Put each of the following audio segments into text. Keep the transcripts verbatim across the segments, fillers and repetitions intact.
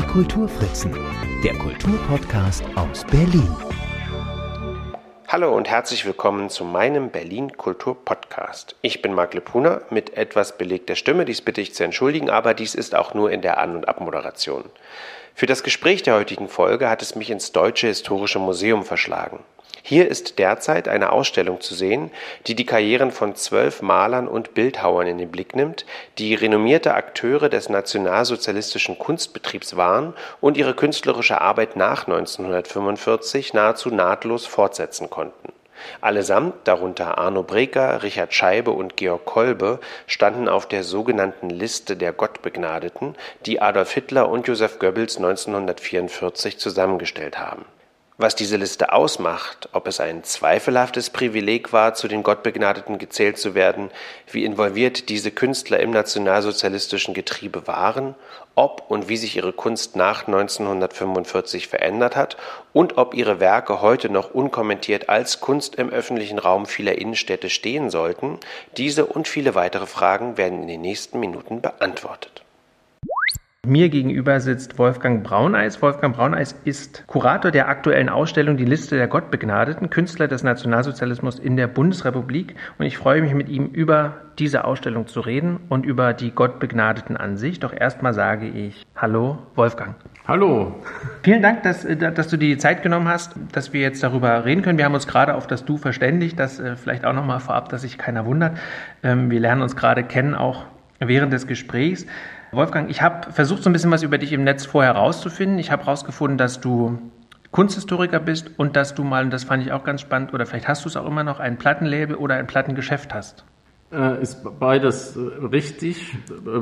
Kulturfritzen, der Kulturpodcast aus Berlin. Hallo und herzlich willkommen zu meinem Berlin Kultur Podcast. Ich bin Marc Lepuna mit etwas belegter Stimme, dies bitte ich zu entschuldigen, aber dies ist auch nur in der An- und Abmoderation. Für das Gespräch der heutigen Folge hat es mich ins Deutsche Historische Museum verschlagen. Hier ist derzeit eine Ausstellung zu sehen, die die Karrieren von zwölf Malern und Bildhauern in den Blick nimmt, die renommierte Akteure des nationalsozialistischen Kunstbetriebs waren und ihre künstlerische Arbeit nach neunzehnhundertfünfundvierzig nahezu nahtlos fortsetzen konnten. Allesamt, darunter Arno Breker, Richard Scheibe und Georg Kolbe, standen auf der sogenannten Liste der Gottbegnadeten, die Adolf Hitler und Joseph Goebbels neunzehnhundertvierundvierzig zusammengestellt haben. Was diese Liste ausmacht, ob es ein zweifelhaftes Privileg war, zu den Gottbegnadeten gezählt zu werden, wie involviert diese Künstler im nationalsozialistischen Getriebe waren, ob und wie sich ihre Kunst nach neunzehnhundertfünfundvierzig verändert hat und ob ihre Werke heute noch unkommentiert als Kunst im öffentlichen Raum vieler Innenstädte stehen sollten, diese und viele weitere Fragen werden in den nächsten Minuten beantwortet. Mir gegenüber sitzt Wolfgang Brauneis. Wolfgang Brauneis ist Kurator der aktuellen Ausstellung Die Liste der Gottbegnadeten, Künstler des Nationalsozialismus in der Bundesrepublik. Und ich freue mich, mit ihm über diese Ausstellung zu reden und über die Gottbegnadeten an sich. Doch erstmal sage ich Hallo, Wolfgang. Hallo. Vielen Dank, dass, dass du dir die Zeit genommen hast, dass wir jetzt darüber reden können. Wir haben uns gerade auf das Du verständigt. Das äh, vielleicht auch nochmal vorab, dass sich keiner wundert. Ähm, wir lernen uns gerade kennen, auch während des Gesprächs. Wolfgang, ich habe versucht, so ein bisschen was über dich im Netz vorher rauszufinden. Ich habe herausgefunden, dass du Kunsthistoriker bist und dass du mal, und das fand ich auch ganz spannend, oder vielleicht hast du es auch immer noch, ein Plattenlabel oder ein Plattengeschäft hast. Äh, ist beides äh, richtig.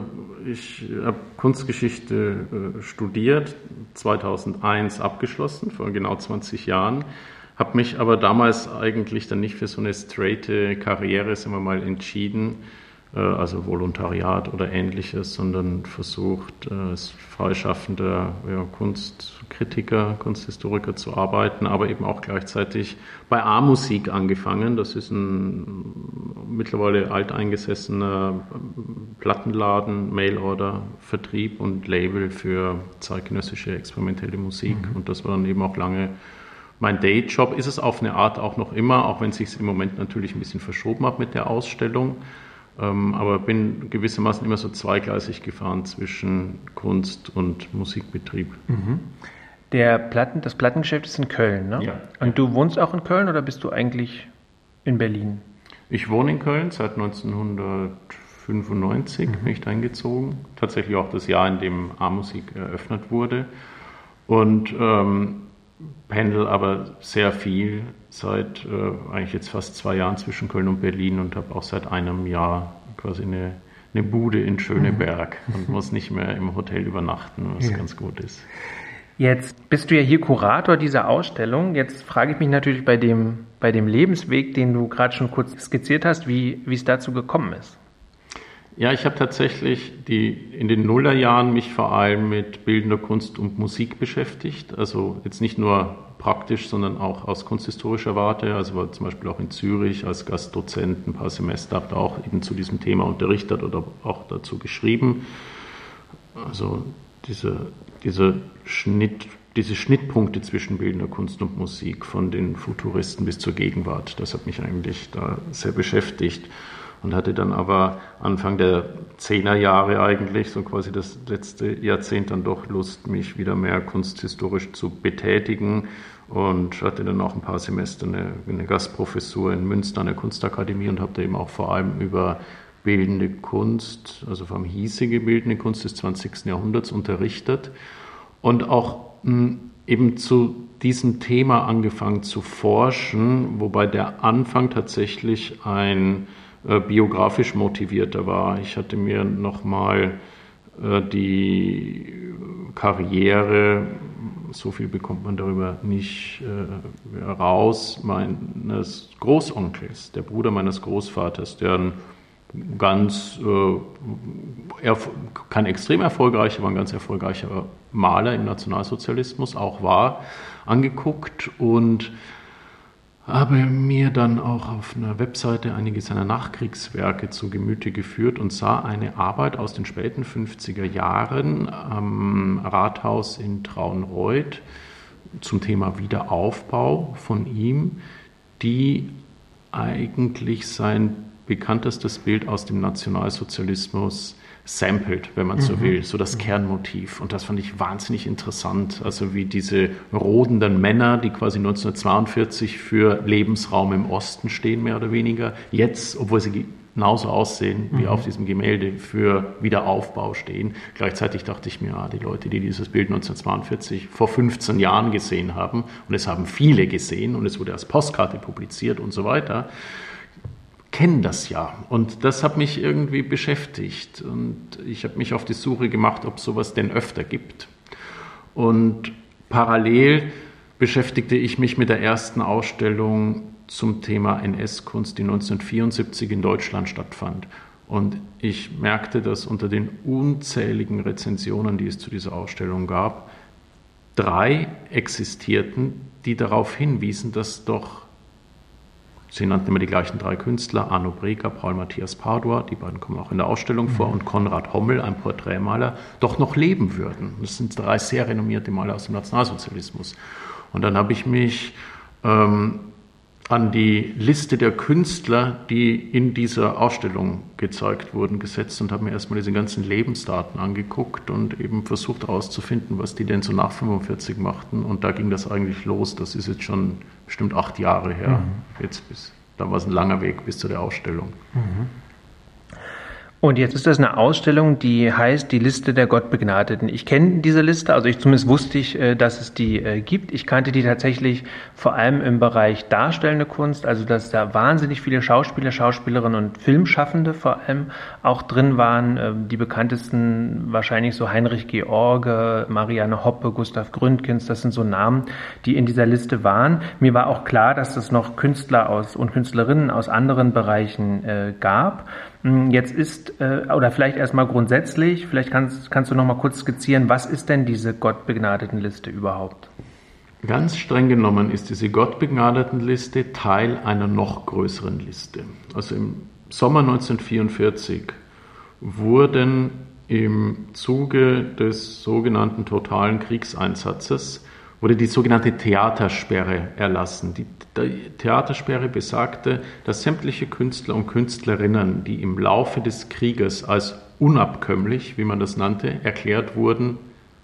Ich habe Kunstgeschichte äh, studiert, zweitausendeins abgeschlossen, vor genau zwanzig Jahren. Habe mich aber damals eigentlich dann nicht für so eine straighte Karriere, sagen wir mal, entschieden, also Volontariat oder Ähnliches, sondern versucht, als freischaffender ja, Kunstkritiker, Kunsthistoriker zu arbeiten, aber eben auch gleichzeitig bei A-Musik angefangen. Das ist ein mittlerweile alteingesessener Plattenladen, Mailorder, Vertrieb und Label für zeitgenössische experimentelle Musik. Mhm. Und das war dann eben auch lange mein Dayjob. Ist es auf eine Art auch noch immer, auch wenn es sich im Moment natürlich ein bisschen verschoben hat mit der Ausstellung. Aber bin gewissermaßen immer so zweigleisig gefahren zwischen Kunst und Musikbetrieb. Mhm. Der Platten, das Plattengeschäft ist in Köln, ne? Ja. Und du wohnst auch in Köln oder bist du eigentlich in Berlin? Ich wohne in Köln seit neunzehnhundertfünfundneunzig, mhm. bin ich da eingezogen. Tatsächlich auch das Jahr, in dem A-Musik eröffnet wurde. Und ähm, pendel aber sehr viel seit äh, eigentlich jetzt fast zwei Jahren zwischen Köln und Berlin und habe auch seit einem Jahr quasi eine, eine Bude in Schöneberg mhm. und muss nicht mehr im Hotel übernachten, was ja ganz gut ist. Jetzt bist du ja hier Kurator dieser Ausstellung. Jetzt frage ich mich natürlich bei dem, bei dem Lebensweg, den du gerade schon kurz skizziert hast, wie, wie es dazu gekommen ist. Ja, ich habe tatsächlich die, in den Nullerjahren mich vor allem mit bildender Kunst und Musik beschäftigt. Also jetzt nicht nur praktisch, sondern auch aus kunsthistorischer Warte. Also war zum Beispiel auch in Zürich als Gastdozent ein paar Semester, habe da auch eben zu diesem Thema unterrichtet oder auch dazu geschrieben. Also diese, diese, Schnitt, diese Schnittpunkte zwischen bildender Kunst und Musik von den Futuristen bis zur Gegenwart, das hat mich eigentlich da sehr beschäftigt. Und hatte dann aber Anfang der Zehnerjahre eigentlich, so quasi das letzte Jahrzehnt, dann doch Lust, mich wieder mehr kunsthistorisch zu betätigen und hatte dann auch ein paar Semester eine, eine Gastprofessur in Münster an der Kunstakademie und habe da eben auch vor allem über bildende Kunst, also vor allem hiesige bildende Kunst des zwanzigsten Jahrhunderts unterrichtet und auch mh, eben zu diesem Thema angefangen zu forschen, wobei der Anfang tatsächlich ein biografisch motivierter war. Ich hatte mir nochmal äh, die Karriere, so viel bekommt man darüber nicht äh, raus, meines Großonkels, der Bruder meines Großvaters, der ein ganz, äh, erf- kein extrem erfolgreicher, aber ein ganz erfolgreicher Maler im Nationalsozialismus auch war, angeguckt und habe mir dann auch auf einer Webseite einige seiner Nachkriegswerke zu Gemüte geführt und sah eine Arbeit aus den späten fünfziger Jahren am Rathaus in Traunreut zum Thema Wiederaufbau von ihm, die eigentlich sein bekanntestes Bild aus dem Nationalsozialismus sampled, wenn man so will, so das Kernmotiv. Und das fand ich wahnsinnig interessant. Also wie diese rodenden Männer, die quasi neunzehnhundertzweiundvierzig für Lebensraum im Osten stehen, mehr oder weniger, jetzt, obwohl sie genauso aussehen wie mhm. auf diesem Gemälde, für Wiederaufbau stehen. Gleichzeitig dachte ich mir, ah, die Leute, die dieses Bild neunzehnhundertzweiundvierzig vor fünfzehn Jahren gesehen haben, und es haben viele gesehen und es wurde als Postkarte publiziert und so weiter, kennen das ja. Und das hat mich irgendwie beschäftigt. Und ich habe mich auf die Suche gemacht, ob es sowas denn öfter gibt. Und parallel beschäftigte ich mich mit der ersten Ausstellung zum Thema N S-Kunst, die neunzehnhundertvierundsiebzig in Deutschland stattfand. Und ich merkte, dass unter den unzähligen Rezensionen, die es zu dieser Ausstellung gab, drei existierten, die darauf hinwiesen, dass doch, sie nannten immer die gleichen drei Künstler, Arno Breker, Paul Matthias Padua, die beiden kommen auch in der Ausstellung vor, und Konrad Hommel, ein Porträtmaler, doch noch leben würden. Das sind drei sehr renommierte Maler aus dem Nationalsozialismus. Und dann habe ich mich ähm, an die Liste der Künstler, die in dieser Ausstellung gezeigt wurden, gesetzt und habe mir erstmal diese ganzen Lebensdaten angeguckt und eben versucht herauszufinden, was die denn so nach fünfundvierzig machten. Und da ging das eigentlich los. Das ist jetzt schon bestimmt acht Jahre her. Mhm. Jetzt bis, da war es ein langer Weg bis zu der Ausstellung. Mhm. Und jetzt ist das eine Ausstellung, die heißt Die Liste der Gottbegnadeten. Ich kenne diese Liste, also ich zumindest wusste ich, dass es die gibt. Ich kannte die tatsächlich vor allem im Bereich darstellende Kunst, also dass da wahnsinnig viele Schauspieler, Schauspielerinnen und Filmschaffende vor allem auch drin waren. Die bekanntesten wahrscheinlich so Heinrich George, Marianne Hoppe, Gustav Gründgens, das sind so Namen, die in dieser Liste waren. Mir war auch klar, dass es noch Künstler aus und Künstlerinnen aus anderen Bereichen äh, gab. Jetzt ist, oder vielleicht erstmal grundsätzlich, vielleicht kannst, kannst du noch mal kurz skizzieren, was ist denn diese Gottbegnadetenliste überhaupt? Ganz streng genommen ist diese Gottbegnadetenliste Teil einer noch größeren Liste. Also im Sommer neunzehnhundertvierundvierzig wurden im Zuge des sogenannten totalen Kriegseinsatzes wurde die sogenannte Theatersperre erlassen. Die Theatersperre besagte, dass sämtliche Künstler und Künstlerinnen, die im Laufe des Krieges als unabkömmlich, wie man das nannte, erklärt wurden,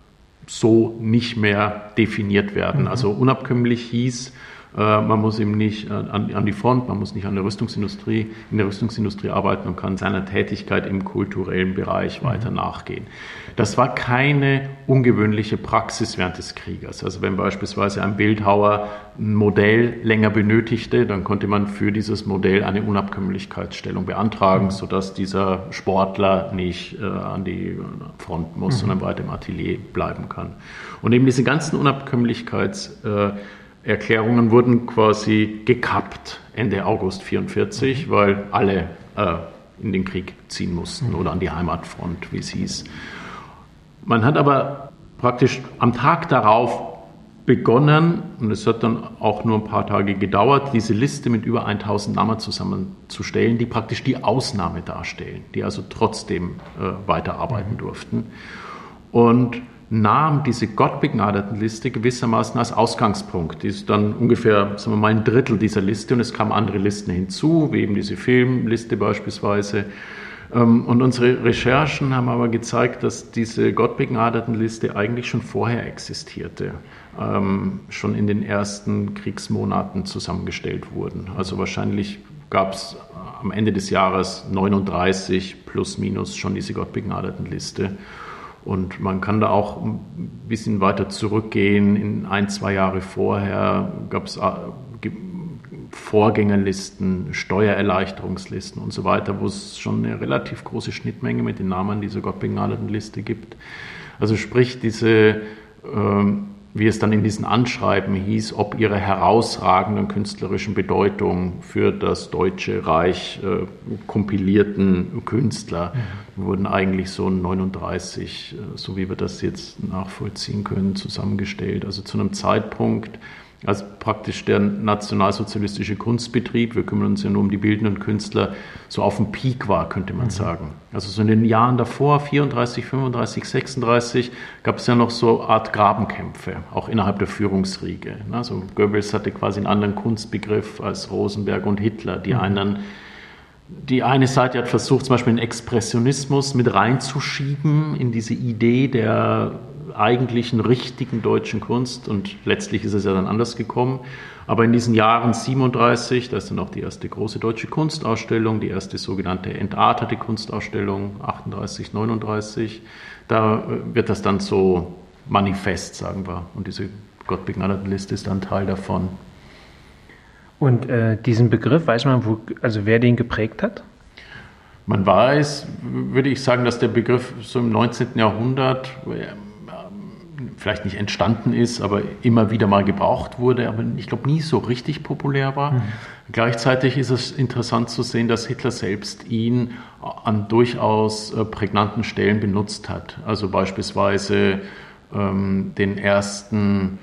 so nicht mehr definiert werden. Mhm. Also unabkömmlich hieß, man muss eben nicht an, an die Front, man muss nicht an der Rüstungsindustrie, in der Rüstungsindustrie arbeiten und kann seiner Tätigkeit im kulturellen Bereich weiter nachgehen. Das war keine ungewöhnliche Praxis während des Krieges. Also wenn beispielsweise ein Bildhauer ein Modell länger benötigte, dann konnte man für dieses Modell eine Unabkömmlichkeitsstellung beantragen, sodass dieser Sportler nicht äh, an die Front muss, mhm. sondern weiter im Atelier bleiben kann. Und eben diese ganzen Unabkömmlichkeits äh, Erklärungen wurden quasi gekappt Ende August neunzehnhundertvierundvierzig, mhm. weil alle äh, in den Krieg ziehen mussten mhm. oder an die Heimatfront, wie es hieß. Man hat aber praktisch am Tag darauf begonnen, und es hat dann auch nur ein paar Tage gedauert, diese Liste mit über tausend Namen zusammenzustellen, die praktisch die Ausnahme darstellen, die also trotzdem äh, weiterarbeiten mhm. durften. Und nahm diese Gottbegnadetenliste gewissermaßen als Ausgangspunkt. Die ist dann ungefähr, sagen wir mal, ein Drittel dieser Liste, und es kamen andere Listen hinzu, wie eben diese Filmliste beispielsweise. Und unsere Recherchen haben aber gezeigt, dass diese Gottbegnadetenliste eigentlich schon vorher existierte, schon in den ersten Kriegsmonaten zusammengestellt wurden. Also wahrscheinlich gab es am Ende des Jahres neununddreißig plus minus schon diese Gottbegnadetenliste. Und man kann da auch ein bisschen weiter zurückgehen. In ein, zwei Jahre vorher gab es Vorgängerlisten, Steuererleichterungslisten und so weiter, wo es schon eine relativ große Schnittmenge mit den Namen dieser Gottbegnadetenliste gibt. Also sprich, diese, ähm, wie es dann in diesen Anschreiben hieß, ob ihre herausragenden künstlerischen Bedeutung für das Deutsche Reich äh, kompilierten Künstler mhm. wurden eigentlich so neununddreißig, äh, so wie wir das jetzt nachvollziehen können, zusammengestellt. Also zu einem Zeitpunkt, als praktisch der nationalsozialistische Kunstbetrieb, wir kümmern uns ja nur um die bildenden Künstler, so auf dem Peak war, könnte man mhm. sagen. Also so in den Jahren davor, vierunddreißig, fünfunddreißig, sechsunddreißig, gab es ja noch so eine Art Grabenkämpfe, auch innerhalb der Führungsriege. Also Goebbels hatte quasi einen anderen Kunstbegriff als Rosenberg und Hitler. Die, mhm. einen, die eine Seite hat versucht, zum Beispiel den Expressionismus mit reinzuschieben in diese Idee der eigentlichen richtigen deutschen Kunst, und letztlich ist es ja dann anders gekommen. Aber in diesen Jahren siebenunddreißig, da ist dann auch die erste große deutsche Kunstausstellung, die erste sogenannte entartete Kunstausstellung, achtunddreißig, neununddreißig, da wird das dann so manifest, sagen wir. Und diese Gottbegnadetenliste ist dann Teil davon. Und äh, diesen Begriff, weiß man, wo, also wer den geprägt hat? Man weiß, würde ich sagen, dass der Begriff so im neunzehnten Jahrhundert vielleicht nicht entstanden ist, aber immer wieder mal gebraucht wurde, aber ich glaube nie so richtig populär war. Mhm. Gleichzeitig ist es interessant zu sehen, dass Hitler selbst ihn an durchaus prägnanten Stellen benutzt hat. Also beispielsweise ähm, den ersten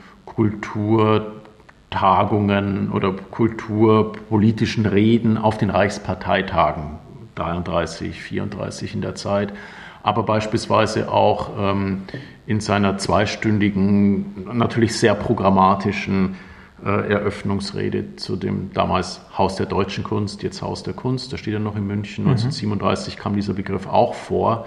Kulturtagungen oder kulturpolitischen Reden auf den Reichsparteitagen, dreiunddreißig, vierunddreißig in der Zeit, aber beispielsweise auch ähm, in seiner zweistündigen, natürlich sehr programmatischen äh, Eröffnungsrede zu dem damals Haus der Deutschen Kunst, jetzt Haus der Kunst, da steht er noch in München, mhm. neunzehnhundertsiebenunddreißig kam dieser Begriff auch vor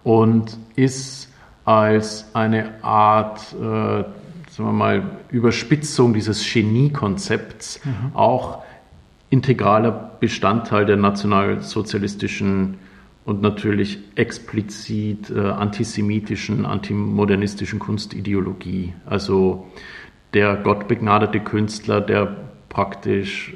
und ist als eine Art, äh, sagen wir mal, Überspitzung dieses Genie-Konzepts mhm. auch integraler Bestandteil der nationalsozialistischen und natürlich explizit äh, antisemitischen, antimodernistischen Kunstideologie. Also der gottbegnadete Künstler, der praktisch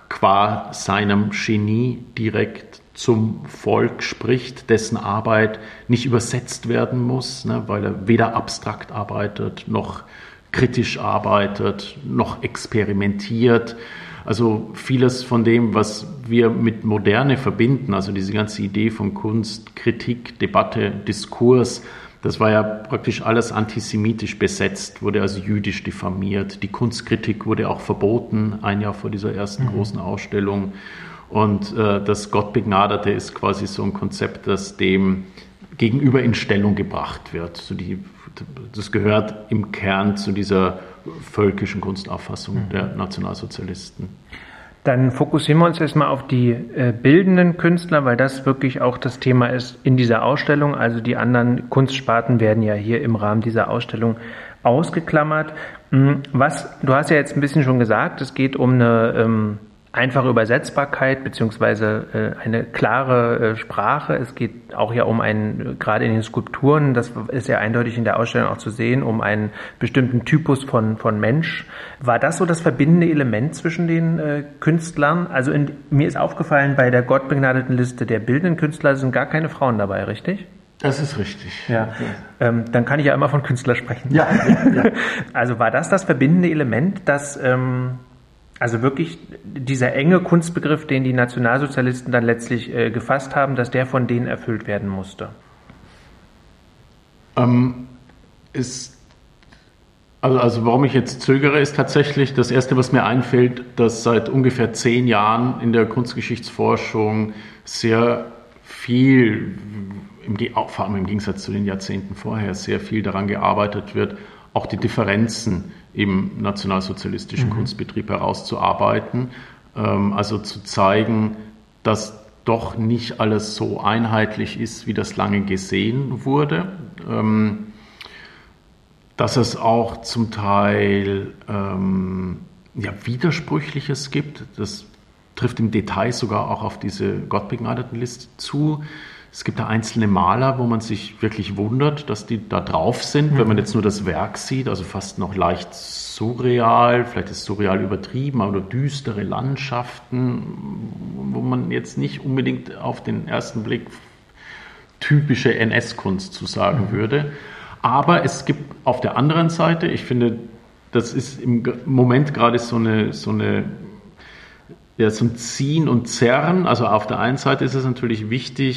qua seinem Genie direkt zum Volk spricht, dessen Arbeit nicht übersetzt werden muss, ne, weil er weder abstrakt arbeitet, noch kritisch arbeitet, noch experimentiert. Also vieles von dem, was wir mit Moderne verbinden, also diese ganze Idee von Kunst, Kritik, Debatte, Diskurs, das war ja praktisch alles antisemitisch besetzt, wurde also jüdisch diffamiert. Die Kunstkritik wurde auch verboten, ein Jahr vor dieser ersten mhm. großen Ausstellung. Und äh, das Gottbegnadete ist quasi so ein Konzept, das dem gegenüber in Stellung gebracht wird. So die, das gehört im Kern zu dieser völkischen Kunstauffassung mhm. der Nationalsozialisten. Dann fokussieren wir uns erstmal auf die äh, bildenden Künstler, weil das wirklich auch das Thema ist in dieser Ausstellung. Also die anderen Kunstsparten werden ja hier im Rahmen dieser Ausstellung ausgeklammert. Was, du hast ja jetzt ein bisschen schon gesagt, es geht um eine ähm, einfache Übersetzbarkeit beziehungsweise äh, eine klare äh, Sprache. Es geht auch ja um einen, gerade in den Skulpturen, das ist ja eindeutig in der Ausstellung auch zu sehen, um einen bestimmten Typus von, von Mensch. War das so das verbindende Element zwischen den äh, Künstlern? Also in, mir ist aufgefallen, bei der Gottbegnadetenliste der bildenden Künstler sind gar keine Frauen dabei, richtig? Das ist richtig. Ja. Ähm, dann kann ich ja immer von Künstler sprechen. Ja. ja, ja. Also war das das verbindende Element, dass ähm, also wirklich dieser enge Kunstbegriff, den die Nationalsozialisten dann letztlich äh, gefasst haben, dass der von denen erfüllt werden musste? Ähm, ist, also, also warum ich jetzt zögere, ist tatsächlich das Erste, was mir einfällt, dass seit ungefähr zehn Jahren in der Kunstgeschichtsforschung sehr viel, im, vor allem im Gegensatz zu den Jahrzehnten vorher, sehr viel daran gearbeitet wird, auch die Differenzen im nationalsozialistischen mhm. Kunstbetrieb herauszuarbeiten, ähm, also zu zeigen, dass doch nicht alles so einheitlich ist, wie das lange gesehen wurde, ähm, dass es auch zum Teil ähm, ja, Widersprüchliches gibt, das trifft im Detail sogar auch auf diese Gottbegnadetenliste zu. Es gibt da einzelne Maler, wo man sich wirklich wundert, dass die da drauf sind, mhm. wenn man jetzt nur das Werk sieht, also fast noch leicht surreal, vielleicht ist surreal übertrieben, aber düstere Landschaften, wo man jetzt nicht unbedingt auf den ersten Blick typische N S-Kunst zu sagen mhm. würde. Aber es gibt auf der anderen Seite, ich finde, das ist im Moment gerade so eine, so eine ja, so ein Ziehen und Zerren. Also auf der einen Seite ist es natürlich wichtig,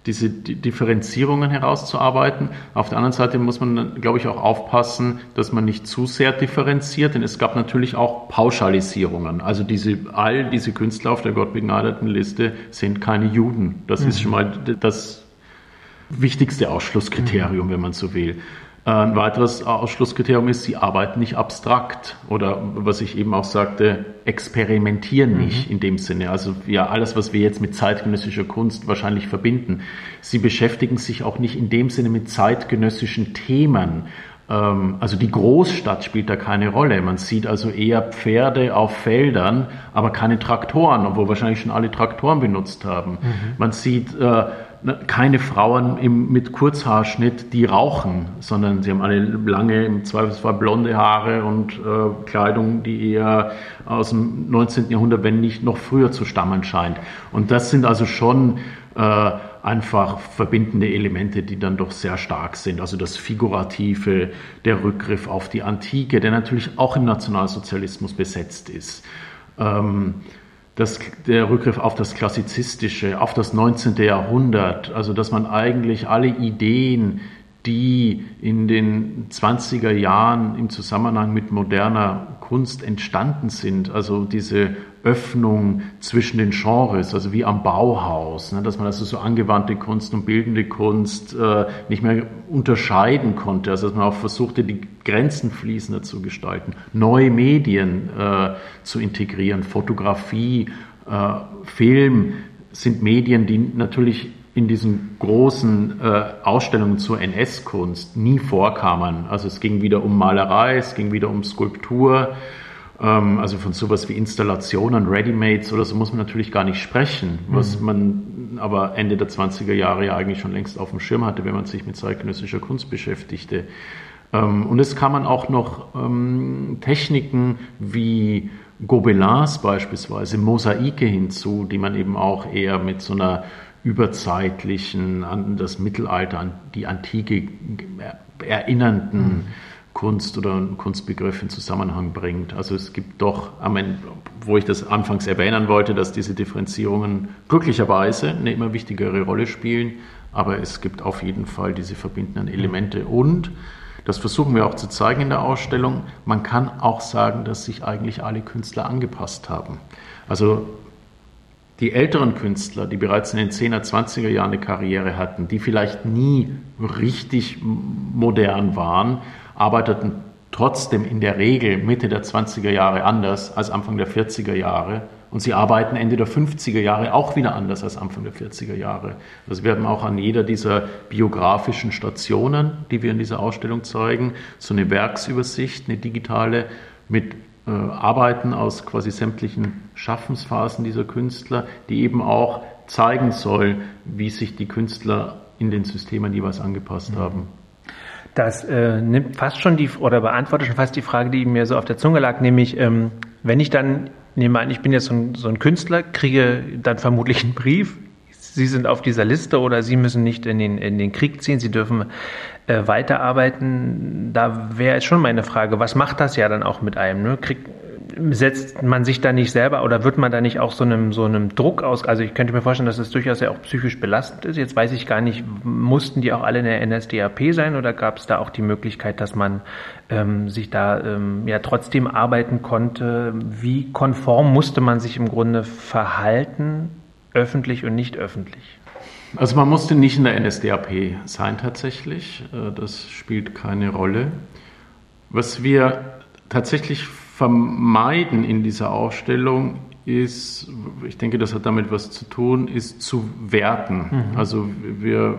diese Differenzierungen herauszuarbeiten. Auf der anderen Seite muss man, glaube ich, auch aufpassen, dass man nicht zu sehr differenziert, denn es gab natürlich auch Pauschalisierungen. Also diese, all diese Künstler auf der gottbegnadeten Liste sind keine Juden. Das mhm. ist schon mal das wichtigste Ausschlusskriterium, mhm. wenn man so will. Ein weiteres Ausschlusskriterium ist, sie arbeiten nicht abstrakt oder, was ich eben auch sagte, experimentieren nicht mhm. in dem Sinne. Also ja, alles, was wir jetzt mit zeitgenössischer Kunst wahrscheinlich verbinden. Sie beschäftigen sich auch nicht in dem Sinne mit zeitgenössischen Themen. Also die Großstadt spielt da keine Rolle. Man sieht also eher Pferde auf Feldern, aber keine Traktoren, obwohl wahrscheinlich schon alle Traktoren benutzt haben. Mhm. Man sieht äh, keine Frauen im, mit Kurzhaarschnitt, die rauchen, sondern sie haben alle lange, im Zweifelsfall blonde Haare und äh, Kleidung, die eher aus dem neunzehnten Jahrhundert, wenn nicht noch früher zu stammen scheint. Und das sind also schon äh, einfach verbindende Elemente, die dann doch sehr stark sind. Also das Figurative, der Rückgriff auf die Antike, der natürlich auch im Nationalsozialismus besetzt ist. Ähm, Das, der Rückgriff auf das Klassizistische, auf das neunzehnte Jahrhundert, also dass man eigentlich alle Ideen, die in den zwanziger Jahren im Zusammenhang mit moderner Kunst entstanden sind, also diese Öffnung zwischen den Genres, also wie am Bauhaus, ne, dass man also so angewandte Kunst und bildende Kunst äh, nicht mehr unterscheiden konnte, also dass man auch versuchte, die Grenzen fließender zu gestalten, neue Medien äh, zu integrieren, Fotografie, äh, Film sind Medien, die natürlich in diesen großen äh, Ausstellungen zur N S-Kunst nie vorkamen. Also es ging wieder um Malerei, es ging wieder um Skulptur, ähm, also von sowas wie Installationen, Readymates oder so muss man natürlich gar nicht sprechen, mhm. was man aber Ende der zwanziger Jahre ja eigentlich schon längst auf dem Schirm hatte, wenn man sich mit zeitgenössischer Kunst beschäftigte. Ähm, und es kamen auch noch ähm, Techniken wie Gobelins beispielsweise, Mosaike hinzu, die man eben auch eher mit so einer überzeitlichen, an das Mittelalter, an die Antike erinnernden mhm. Kunst oder Kunstbegriff in Zusammenhang bringt. Also es gibt doch, wo ich das anfangs erwähnen wollte, dass diese Differenzierungen glücklicherweise eine immer wichtigere Rolle spielen, aber es gibt auf jeden Fall diese verbindenden Elemente und das versuchen wir auch zu zeigen in der Ausstellung. Man kann auch sagen, dass sich eigentlich alle Künstler angepasst haben. Also die älteren Künstler, die bereits in den zehner, zwanziger Jahren eine Karriere hatten, die vielleicht nie richtig modern waren, arbeiteten trotzdem in der Regel Mitte der zwanziger Jahre anders als Anfang der vierziger Jahre. Und sie arbeiten Ende der fünfziger Jahre auch wieder anders als Anfang der vierziger Jahre. Also wir haben auch an jeder dieser biografischen Stationen, die wir in dieser Ausstellung zeigen, so eine Werksübersicht, eine digitale mit äh, Arbeiten aus quasi sämtlichen Schaffensphasen dieser Künstler, die eben auch zeigen soll, wie sich die Künstler in den Systemen jeweils angepasst mhm. haben. Das äh, nimmt fast schon die, oder beantwortet schon fast die Frage, die mir so auf der Zunge lag, nämlich, ähm, wenn ich dann nehme an, ich bin jetzt so ein, so ein Künstler, kriege dann vermutlich einen Brief, Sie sind auf dieser Liste oder Sie müssen nicht in den, in den Krieg ziehen, Sie dürfen äh, weiterarbeiten. Da wäre jetzt schon meine Frage, was macht das ja dann auch mit einem? Ne? Krieg, setzt man sich da nicht selber oder wird man da nicht auch so einem, so einem Druck aus? Also ich könnte mir vorstellen, dass es durchaus ja auch psychisch belastend ist. Jetzt weiß ich gar nicht, mussten die auch alle in der N S D A P sein oder gab es da auch die Möglichkeit, dass man ähm, sich da ähm, ja trotzdem arbeiten konnte? Wie konform musste man sich im Grunde verhalten, öffentlich und nicht öffentlich? Also man musste nicht in der N S D A P sein tatsächlich. Das spielt keine Rolle. Was wir tatsächlich vermeiden in dieser Ausstellung ist, ich denke, das hat damit was zu tun, ist zu werten. Mhm. Also wir,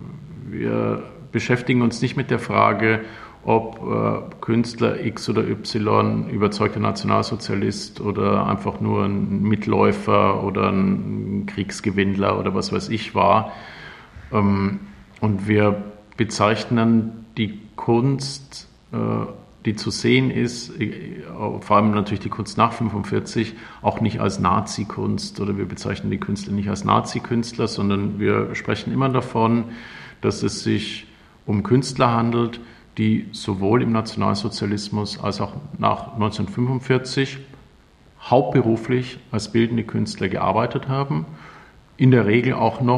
wir beschäftigen uns nicht mit der Frage, ob äh, Künstler X oder Y überzeugter Nationalsozialist oder einfach nur ein Mitläufer oder ein Kriegsgewinnler oder was weiß ich war. Ähm, und wir bezeichnen die Kunst, äh, die zu sehen ist, vor allem natürlich die Kunst nach fünfundvierzig, auch nicht als Nazi-Kunst oder wir bezeichnen die Künstler nicht als Nazi-Künstler, sondern wir sprechen immer davon, dass es sich um Künstler handelt, die sowohl im Nationalsozialismus als auch nach neunzehnhundertfünfundvierzig hauptberuflich als bildende Künstler gearbeitet haben, in der Regel auch noch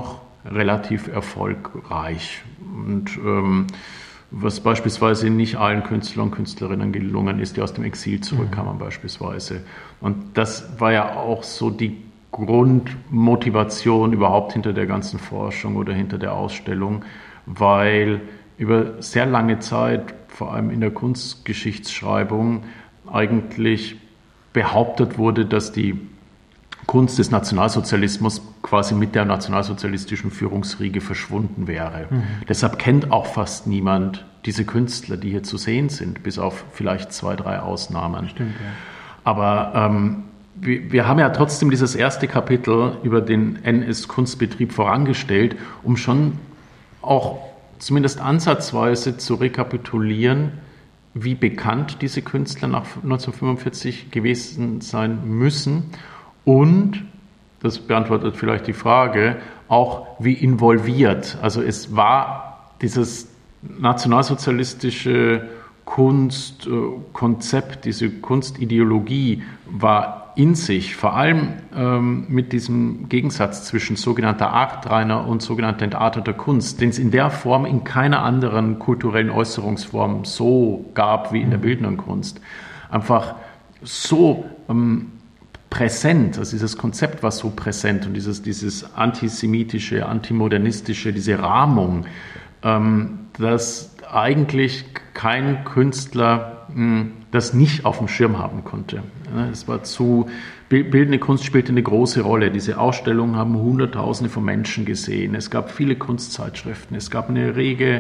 relativ erfolgreich. Und ähm, was beispielsweise nicht allen Künstlern und Künstlerinnen gelungen ist, die aus dem Exil zurückkamen mhm. beispielsweise. Und das war ja auch so die Grundmotivation überhaupt hinter der ganzen Forschung oder hinter der Ausstellung, weil über sehr lange Zeit, vor allem in der Kunstgeschichtsschreibung, eigentlich behauptet wurde, dass die Kunst des Nationalsozialismus quasi mit der nationalsozialistischen Führungsriege verschwunden wäre. Mhm. Deshalb kennt auch fast niemand diese Künstler, die hier zu sehen sind, bis auf vielleicht zwei, drei Ausnahmen. Stimmt, ja. Aber ähm, wir, wir haben ja trotzdem dieses erste Kapitel über den N S-Kunstbetrieb vorangestellt, um schon auch zumindest ansatzweise zu rekapitulieren, wie bekannt diese Künstler nach neunzehnhundertfünfundvierzig gewesen sein müssen. Und, das beantwortet vielleicht die Frage, auch wie involviert. Also es war dieses nationalsozialistische Kunstkonzept, diese Kunstideologie war in sich, vor allem ähm, mit diesem Gegensatz zwischen sogenannter artreiner und sogenannter entarteter Kunst, den es in der Form in keiner anderen kulturellen Äußerungsform so gab wie in der bildenden Kunst, einfach so ähm, präsent, also dieses Konzept war so präsent und dieses, dieses antisemitische, antimodernistische, diese Rahmung, ähm, dass eigentlich kein Künstler mh, das nicht auf dem Schirm haben konnte. Es war zu, bildende Kunst spielte eine große Rolle. Diese Ausstellungen haben Hunderttausende von Menschen gesehen. Es gab viele Kunstzeitschriften. Es gab eine rege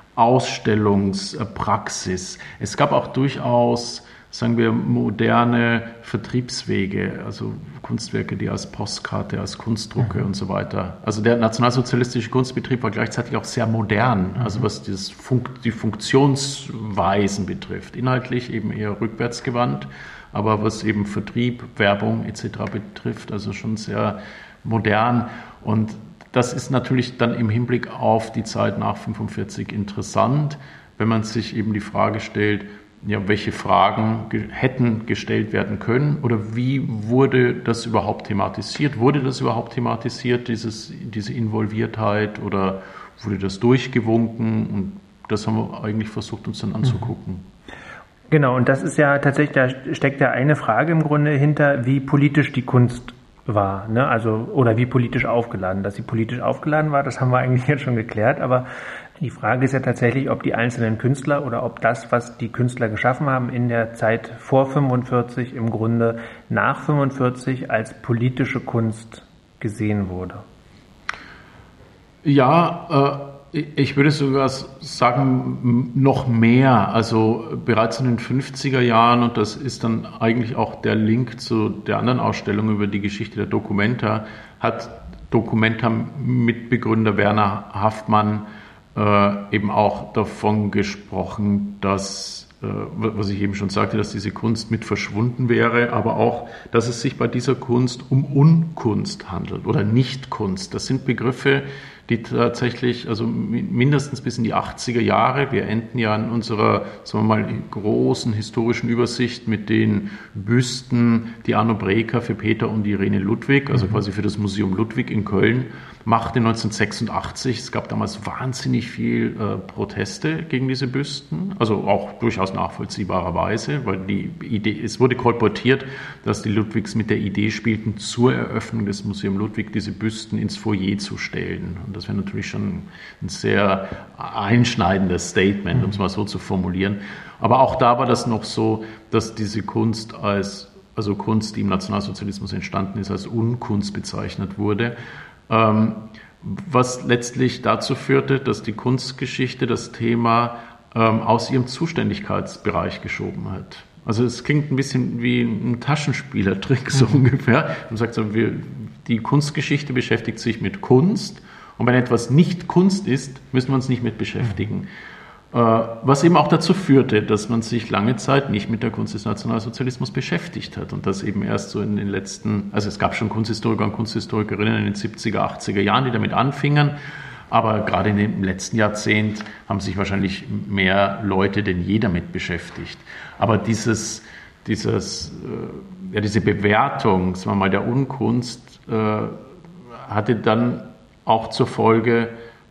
Ausstellungspraxis. Es gab auch durchaus, sagen wir, moderne Vertriebswege, also Kunstwerke, die als Postkarte, als Kunstdrucke mhm. und so weiter. Also der nationalsozialistische Kunstbetrieb war gleichzeitig auch sehr modern, mhm. also was dieses Funk, die Funktionsweisen betrifft. Inhaltlich eben eher rückwärtsgewandt, aber was eben Vertrieb, Werbung et cetera betrifft, also schon sehr modern. Und das ist natürlich dann im Hinblick auf die Zeit nach fünfundvierzig interessant, wenn man sich eben die Frage stellt, ja, welche Fragen ge- hätten gestellt werden können oder wie wurde das überhaupt thematisiert? Wurde das überhaupt thematisiert, dieses, diese Involviertheit, oder wurde das durchgewunken? Und das haben wir eigentlich versucht, uns dann anzugucken. Genau, und das ist ja tatsächlich, da steckt ja eine Frage im Grunde hinter, wie politisch die Kunst war, ne? Also, oder wie politisch aufgeladen. Dass sie politisch aufgeladen war, das haben wir eigentlich jetzt schon geklärt, aber die Frage ist ja tatsächlich, ob die einzelnen Künstler oder ob das, was die Künstler geschaffen haben in der Zeit vor fünfundvierzig, im Grunde nach fünfundvierzig als politische Kunst gesehen wurde. Ja, äh, ich würde sogar sagen, noch mehr. Also bereits in den fünfziger Jahren, und das ist dann eigentlich auch der Link zu der anderen Ausstellung über die Geschichte der Documenta, hat Documenta-Mitbegründer Werner Haftmann Äh, eben auch davon gesprochen, dass, äh, was ich eben schon sagte, dass diese Kunst mit verschwunden wäre, aber auch, dass es sich bei dieser Kunst um Unkunst handelt oder Nichtkunst. Das sind Begriffe, die tatsächlich, also mindestens bis in die achtziger Jahre, wir enden ja in unserer, sagen wir mal, großen historischen Übersicht mit den Büsten, die Arno Breker für Peter und Irene Ludwig, also quasi für das Museum Ludwig in Köln, machte neunzehnhundertsechsundachtzig. Es gab damals wahnsinnig viel äh, Proteste gegen diese Büsten, also auch durchaus nachvollziehbarerweise, weil die Idee, es wurde kolportiert, dass die Ludwigs mit der Idee spielten, zur Eröffnung des Museum Ludwig diese Büsten ins Foyer zu stellen. Und das wäre natürlich schon ein sehr einschneidendes Statement, um es mal so zu formulieren. Aber auch da war das noch so, dass diese Kunst als, also Kunst, die im Nationalsozialismus entstanden ist, als Unkunst bezeichnet wurde. Ähm, was letztlich dazu führte, dass die Kunstgeschichte das Thema ähm, aus ihrem Zuständigkeitsbereich geschoben hat. Also es klingt ein bisschen wie ein Taschenspielertrick, so mhm. ungefähr. Man sagt so, wir, die Kunstgeschichte beschäftigt sich mit Kunst, und wenn etwas nicht Kunst ist, müssen wir uns nicht mit beschäftigen. Mhm. Was eben auch dazu führte, dass man sich lange Zeit nicht mit der Kunst des Nationalsozialismus beschäftigt hat und das eben erst so in den letzten, also es gab schon Kunsthistoriker und Kunsthistorikerinnen in den siebziger, achtziger Jahren, die damit anfingen, aber gerade in dem letzten Jahrzehnt haben sich wahrscheinlich mehr Leute denn je damit beschäftigt. Aber dieses, dieses, ja, diese Bewertung, sagen wir mal, der Unkunst äh, hatte dann auch zur Folge,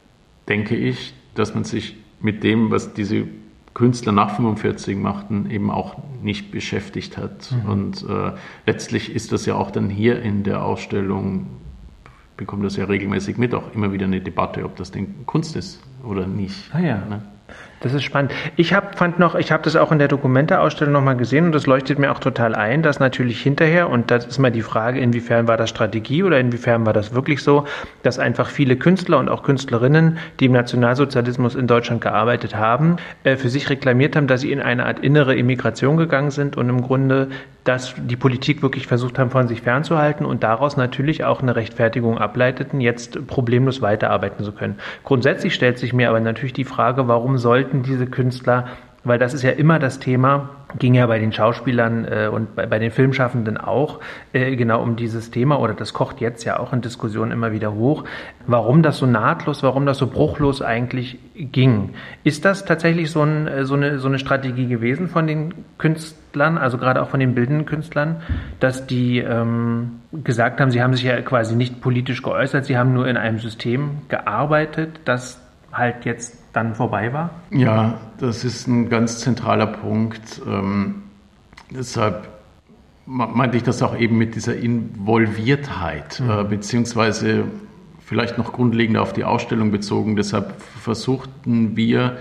denke ich, dass man sich mit dem, was diese Künstler nach fünfundvierzig machten, eben auch nicht beschäftigt hat. Mhm. Und äh, letztlich ist das ja auch dann hier in der Ausstellung, bekommt das ja regelmäßig mit, auch immer wieder eine Debatte, ob das denn Kunst ist oder nicht. Ah ja. Ne? Das ist spannend. Ich hab, fand noch, ich habe das auch in der Dokumente-Ausstellung nochmal gesehen und das leuchtet mir auch total ein, dass natürlich hinterher, und das ist mal die Frage, inwiefern war das Strategie oder inwiefern war das wirklich so, dass einfach viele Künstler und auch Künstlerinnen, die im Nationalsozialismus in Deutschland gearbeitet haben, für sich reklamiert haben, dass sie in eine Art innere Immigration gegangen sind und im Grunde, dass die Politik wirklich versucht haben, von sich fernzuhalten und daraus natürlich auch eine Rechtfertigung ableiteten, jetzt problemlos weiterarbeiten zu können. Grundsätzlich stellt sich mir aber natürlich die Frage, warum sollten diese Künstler, weil das ist ja immer das Thema, ging ja bei den Schauspielern äh, und bei, bei den Filmschaffenden auch äh, genau um dieses Thema, oder das kocht jetzt ja auch in Diskussionen immer wieder hoch, warum das so nahtlos, warum das so bruchlos eigentlich ging. Ist das tatsächlich so, ein, so, eine, so eine Strategie gewesen von den Künstlern, also gerade auch von den bildenden Künstlern, dass die ähm, gesagt haben, sie haben sich ja quasi nicht politisch geäußert, sie haben nur in einem System gearbeitet, das halt jetzt dann vorbei war? Ja, das ist ein ganz zentraler Punkt. Ähm, deshalb meinte ich das auch eben mit dieser Involviertheit, mhm. äh, beziehungsweise vielleicht noch grundlegender auf die Ausstellung bezogen. Deshalb versuchten wir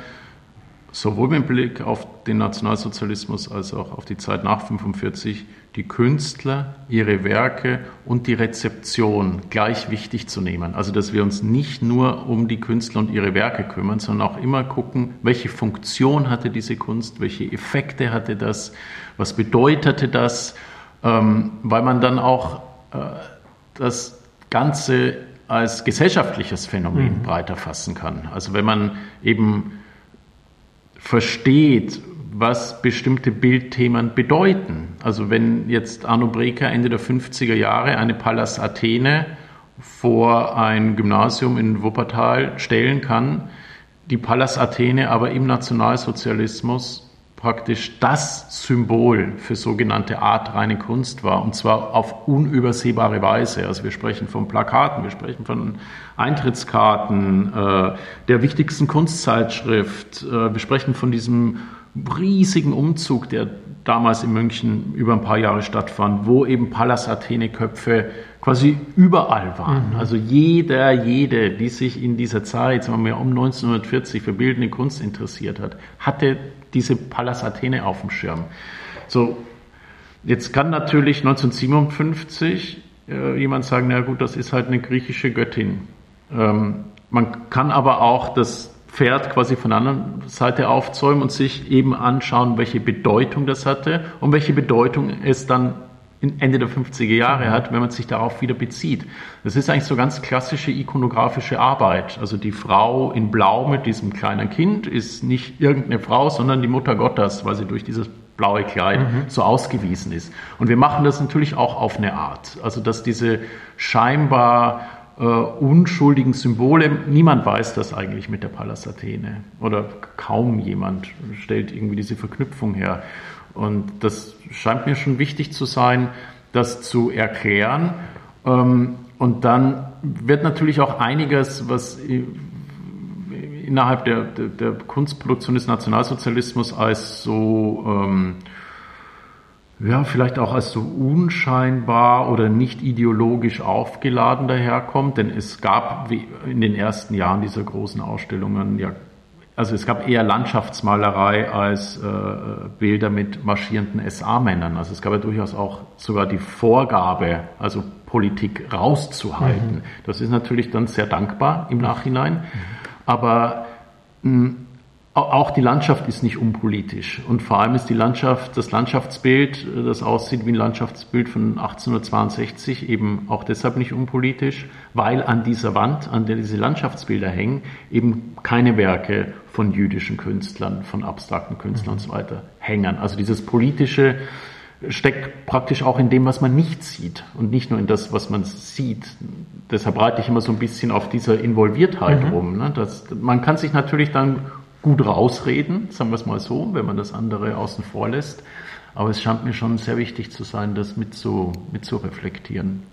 sowohl mit Blick auf den Nationalsozialismus als auch auf die Zeit nach fünfundvierzig die Künstler, ihre Werke und die Rezeption gleich wichtig zu nehmen. Also dass wir uns nicht nur um die Künstler und ihre Werke kümmern, sondern auch immer gucken, welche Funktion hatte diese Kunst, welche Effekte hatte das, was bedeutete das, ähm, weil man dann auch äh, das Ganze als gesellschaftliches Phänomen mhm. breiter fassen kann. Also wenn man eben versteht, was bestimmte Bildthemen bedeuten. Also wenn jetzt Arno Breker Ende der fünfziger Jahre eine Pallas Athene vor ein Gymnasium in Wuppertal stellen kann, die Pallas Athene aber im Nationalsozialismus praktisch das Symbol für sogenannte artreine Kunst war, und zwar auf unübersehbare Weise. Also wir sprechen von Plakaten, wir sprechen von Eintrittskarten, äh, der wichtigsten Kunstzeitschrift, äh, wir sprechen von diesem riesigen Umzug, der damals in München über ein paar Jahre stattfand, wo eben Pallas Athene-Köpfe quasi überall waren. Mhm. Also jeder, jede, die sich in dieser Zeit, sagen wir mal um neunzehnhundertvierzig für bildende Kunst interessiert hat, hatte diese Pallas Athene auf dem Schirm. So, jetzt kann natürlich neunzehnhundertsiebenundfünfzig äh, jemand sagen, na gut, das ist halt eine griechische Göttin. Ähm, man kann aber auch das Pferd quasi von der anderen Seite aufzäumen und sich eben anschauen, welche Bedeutung das hatte und welche Bedeutung es dann Ende der fünfziger Jahre hat, wenn man sich darauf wieder bezieht. Das ist eigentlich so ganz klassische ikonografische Arbeit. Also die Frau in Blau mit diesem kleinen Kind ist nicht irgendeine Frau, sondern die Mutter Gottes, weil sie durch dieses blaue Kleid mhm. so ausgewiesen ist. Und wir machen das natürlich auch auf eine Art. Also dass diese scheinbar Uh, unschuldigen Symbole. Niemand weiß das eigentlich mit der Pallas Athene oder kaum jemand stellt irgendwie diese Verknüpfung her. Und das scheint mir schon wichtig zu sein, das zu erklären. Um, und dann wird natürlich auch einiges, was innerhalb der, der, der Kunstproduktion des Nationalsozialismus als so um, ja, vielleicht auch als so unscheinbar oder nicht ideologisch aufgeladen daherkommt, denn es gab wie in den ersten Jahren dieser großen Ausstellungen, ja, also es gab eher Landschaftsmalerei als äh, Bilder mit marschierenden S A-Männern. Also es gab ja durchaus auch sogar die Vorgabe, also Politik rauszuhalten. Mhm. Das ist natürlich dann sehr dankbar im Nachhinein, mhm. aber mh, auch die Landschaft ist nicht unpolitisch und vor allem ist die Landschaft, das Landschaftsbild, das aussieht wie ein Landschaftsbild von achtzehnhundertzweiundsechzig, eben auch deshalb nicht unpolitisch, weil an dieser Wand, an der diese Landschaftsbilder hängen, eben keine Werke von jüdischen Künstlern, von abstrakten Künstlern und so weiter hängen. Also dieses Politische steckt praktisch auch in dem, was man nicht sieht und nicht nur in das, was man sieht. Deshalb reite ich immer so ein bisschen auf dieser Involviertheit mhm. rum. Ne? Das, man kann sich natürlich dann gut rausreden, sagen wir es mal so, wenn man das andere außen vor lässt. Aber es scheint mir schon sehr wichtig zu sein, das mit zu, mit zu reflektieren.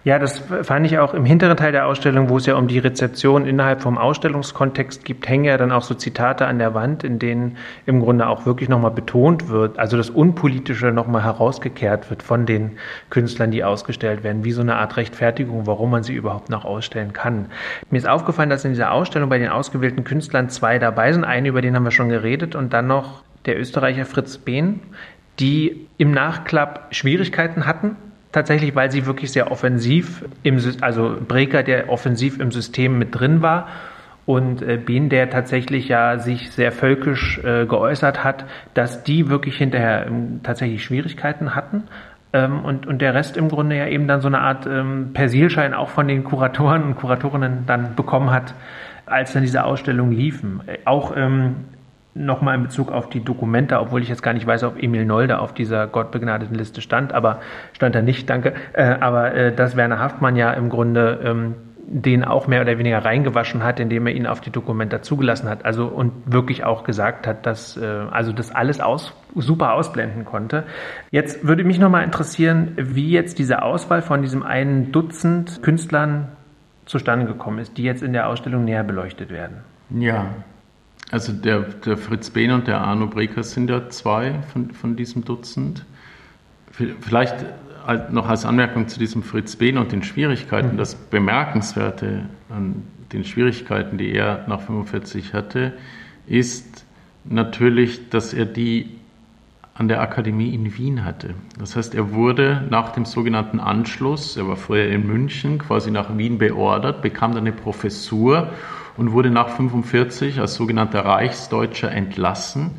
Ja, das fand ich auch im hinteren Teil der Ausstellung, wo es ja um die Rezeption innerhalb vom Ausstellungskontext gibt, hängen ja dann auch so Zitate an der Wand, in denen im Grunde auch wirklich nochmal betont wird, also das Unpolitische nochmal herausgekehrt wird von den Künstlern, die ausgestellt werden, wie so eine Art Rechtfertigung, warum man sie überhaupt noch ausstellen kann. Mir ist aufgefallen, dass in dieser Ausstellung bei den ausgewählten Künstlern zwei dabei sind. Einen, über den haben wir schon geredet, und dann noch der Österreicher Fritz Behn, die im Nachklapp Schwierigkeiten hatten, tatsächlich, weil sie wirklich sehr offensiv, im, also Breker, der offensiv im System mit drin war, und äh, Behn, der tatsächlich ja sich sehr völkisch äh, geäußert hat, dass die wirklich hinterher ähm, tatsächlich Schwierigkeiten hatten. Ähm, und, und der Rest im Grunde ja eben dann so eine Art ähm, Persilschein auch von den Kuratoren und Kuratorinnen dann bekommen hat, als dann diese Ausstellungen liefen. Äh, auch ähm, nochmal in Bezug auf die Dokumente, obwohl ich jetzt gar nicht weiß, ob Emil Nolde auf dieser gottbegnadeten Liste stand, aber stand er nicht, danke. Äh, aber äh, dass Werner Haftmann ja im Grunde ähm, den auch mehr oder weniger reingewaschen hat, indem er ihn auf die Dokumenta zugelassen hat. Also und wirklich auch gesagt hat, dass äh, also das alles aus, super ausblenden konnte. Jetzt würde mich nochmal interessieren, wie jetzt diese Auswahl von diesem einen Dutzend Künstlern zustande gekommen ist, die jetzt in der Ausstellung näher beleuchtet werden. Ja. Also der, der Fritz Behn und der Arno Breker sind ja zwei von, von diesem Dutzend. Vielleicht noch als Anmerkung zu diesem Fritz Behn und den Schwierigkeiten. Das Bemerkenswerte an den Schwierigkeiten, die er nach fünfundvierzig hatte, ist natürlich, dass er die an der Akademie in Wien hatte. Das heißt, er wurde nach dem sogenannten Anschluss, er war vorher in München, quasi nach Wien beordert, bekam dann eine Professur und wurde nach fünfundvierzig als sogenannter Reichsdeutscher entlassen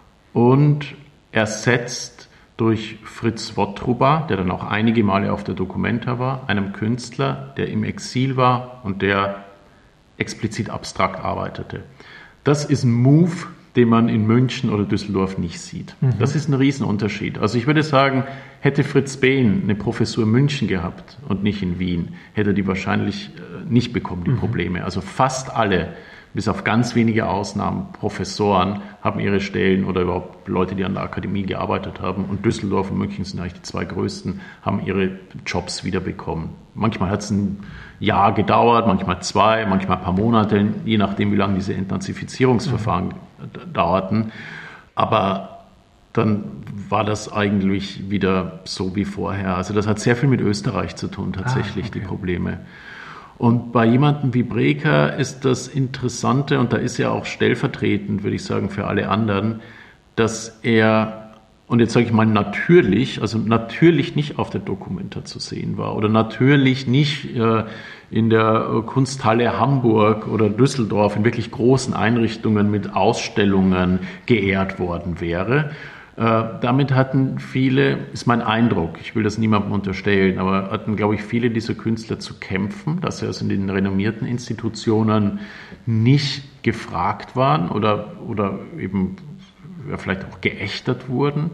und ersetzt durch Fritz Wottruba, der dann auch einige Male auf der Documenta war, einem Künstler, der im Exil war und der explizit abstrakt arbeitete. Das ist ein Move, den man in München oder Düsseldorf nicht sieht. Mhm. Das ist ein Riesenunterschied. Also ich würde sagen, hätte Fritz Behn eine Professur in München gehabt und nicht in Wien, hätte er die wahrscheinlich nicht bekommen, die mhm. Probleme. Also fast alle, bis auf ganz wenige Ausnahmen, Professoren haben ihre Stellen oder überhaupt Leute, die an der Akademie gearbeitet haben. Und Düsseldorf und München sind eigentlich die zwei größten, haben ihre Jobs wiederbekommen. Manchmal hat es ein Jahr gedauert, manchmal zwei, manchmal ein paar Monate, je nachdem, wie lange diese Entnazifizierungsverfahren mhm. dauerten. Aber dann war das eigentlich wieder so wie vorher. Also das hat sehr viel mit Österreich zu tun, tatsächlich, ah, okay. die Probleme. Und bei jemandem wie Breker ist das Interessante, und da ist er auch stellvertretend, würde ich sagen, für alle anderen, dass er, und jetzt sage ich mal natürlich, also natürlich nicht auf der Documenta zu sehen war oder natürlich nicht äh, in der Kunsthalle Hamburg oder Düsseldorf in wirklich großen Einrichtungen mit Ausstellungen geehrt worden wäre. Äh, damit hatten viele, ist mein Eindruck, ich will das niemandem unterstellen, aber hatten, glaube ich, viele dieser Künstler zu kämpfen, dass sie also in den renommierten Institutionen nicht gefragt waren oder, oder eben ja, vielleicht auch geächtert wurden.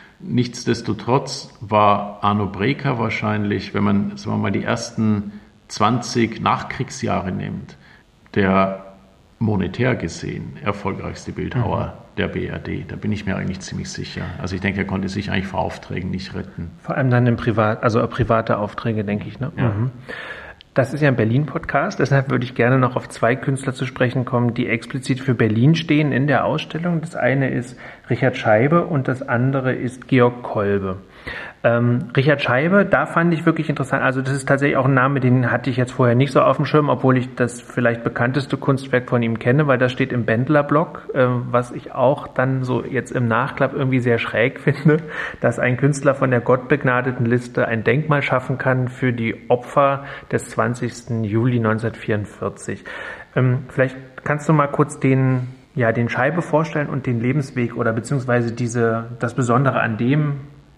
Nichtsdestotrotz war Arno Breker wahrscheinlich, wenn man, sagen wir mal, die ersten zwanzig Nachkriegsjahre nimmt, der monetär gesehen erfolgreichste Bildhauer mhm. der B R D. Da bin ich mir eigentlich ziemlich sicher. Also ich denke, er konnte sich eigentlich vor Aufträgen nicht retten. Vor allem dann in Privat, also private Aufträge, denke ich. Ne? Ja. Mhm. Das ist ja ein Berlin-Podcast, deshalb würde ich gerne noch auf zwei Künstler zu sprechen kommen, die explizit für Berlin stehen in der Ausstellung. Das eine ist Richard Scheibe und das andere ist Georg Kolbe. Ähm, Richard Scheibe, da fand ich wirklich interessant, also das ist tatsächlich auch ein Name, den hatte ich jetzt vorher nicht so auf dem Schirm, obwohl ich das vielleicht bekannteste Kunstwerk von ihm kenne, weil das steht im Bendler-Blog, äh, was ich auch dann so jetzt im Nachklapp irgendwie sehr schräg finde, dass ein Künstler von der gottbegnadeten Liste ein Denkmal schaffen kann für die Opfer des zwanzigsten Juli neunzehnhundertvierundvierzig. Ähm, vielleicht kannst du mal kurz den, ja, den Scheibe vorstellen und den Lebensweg oder beziehungsweise diese, das Besondere an dem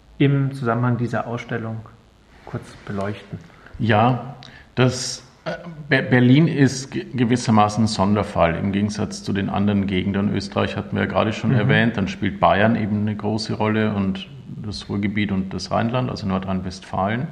im Zusammenhang dieser Ausstellung kurz beleuchten. Ja, das äh, Berlin ist ge- gewissermaßen ein Sonderfall im Gegensatz zu den anderen Gegenden. Österreich hatten wir ja gerade schon mhm. erwähnt, dann spielt Bayern eben eine große Rolle und das Ruhrgebiet und das Rheinland, also Nordrhein-Westfalen.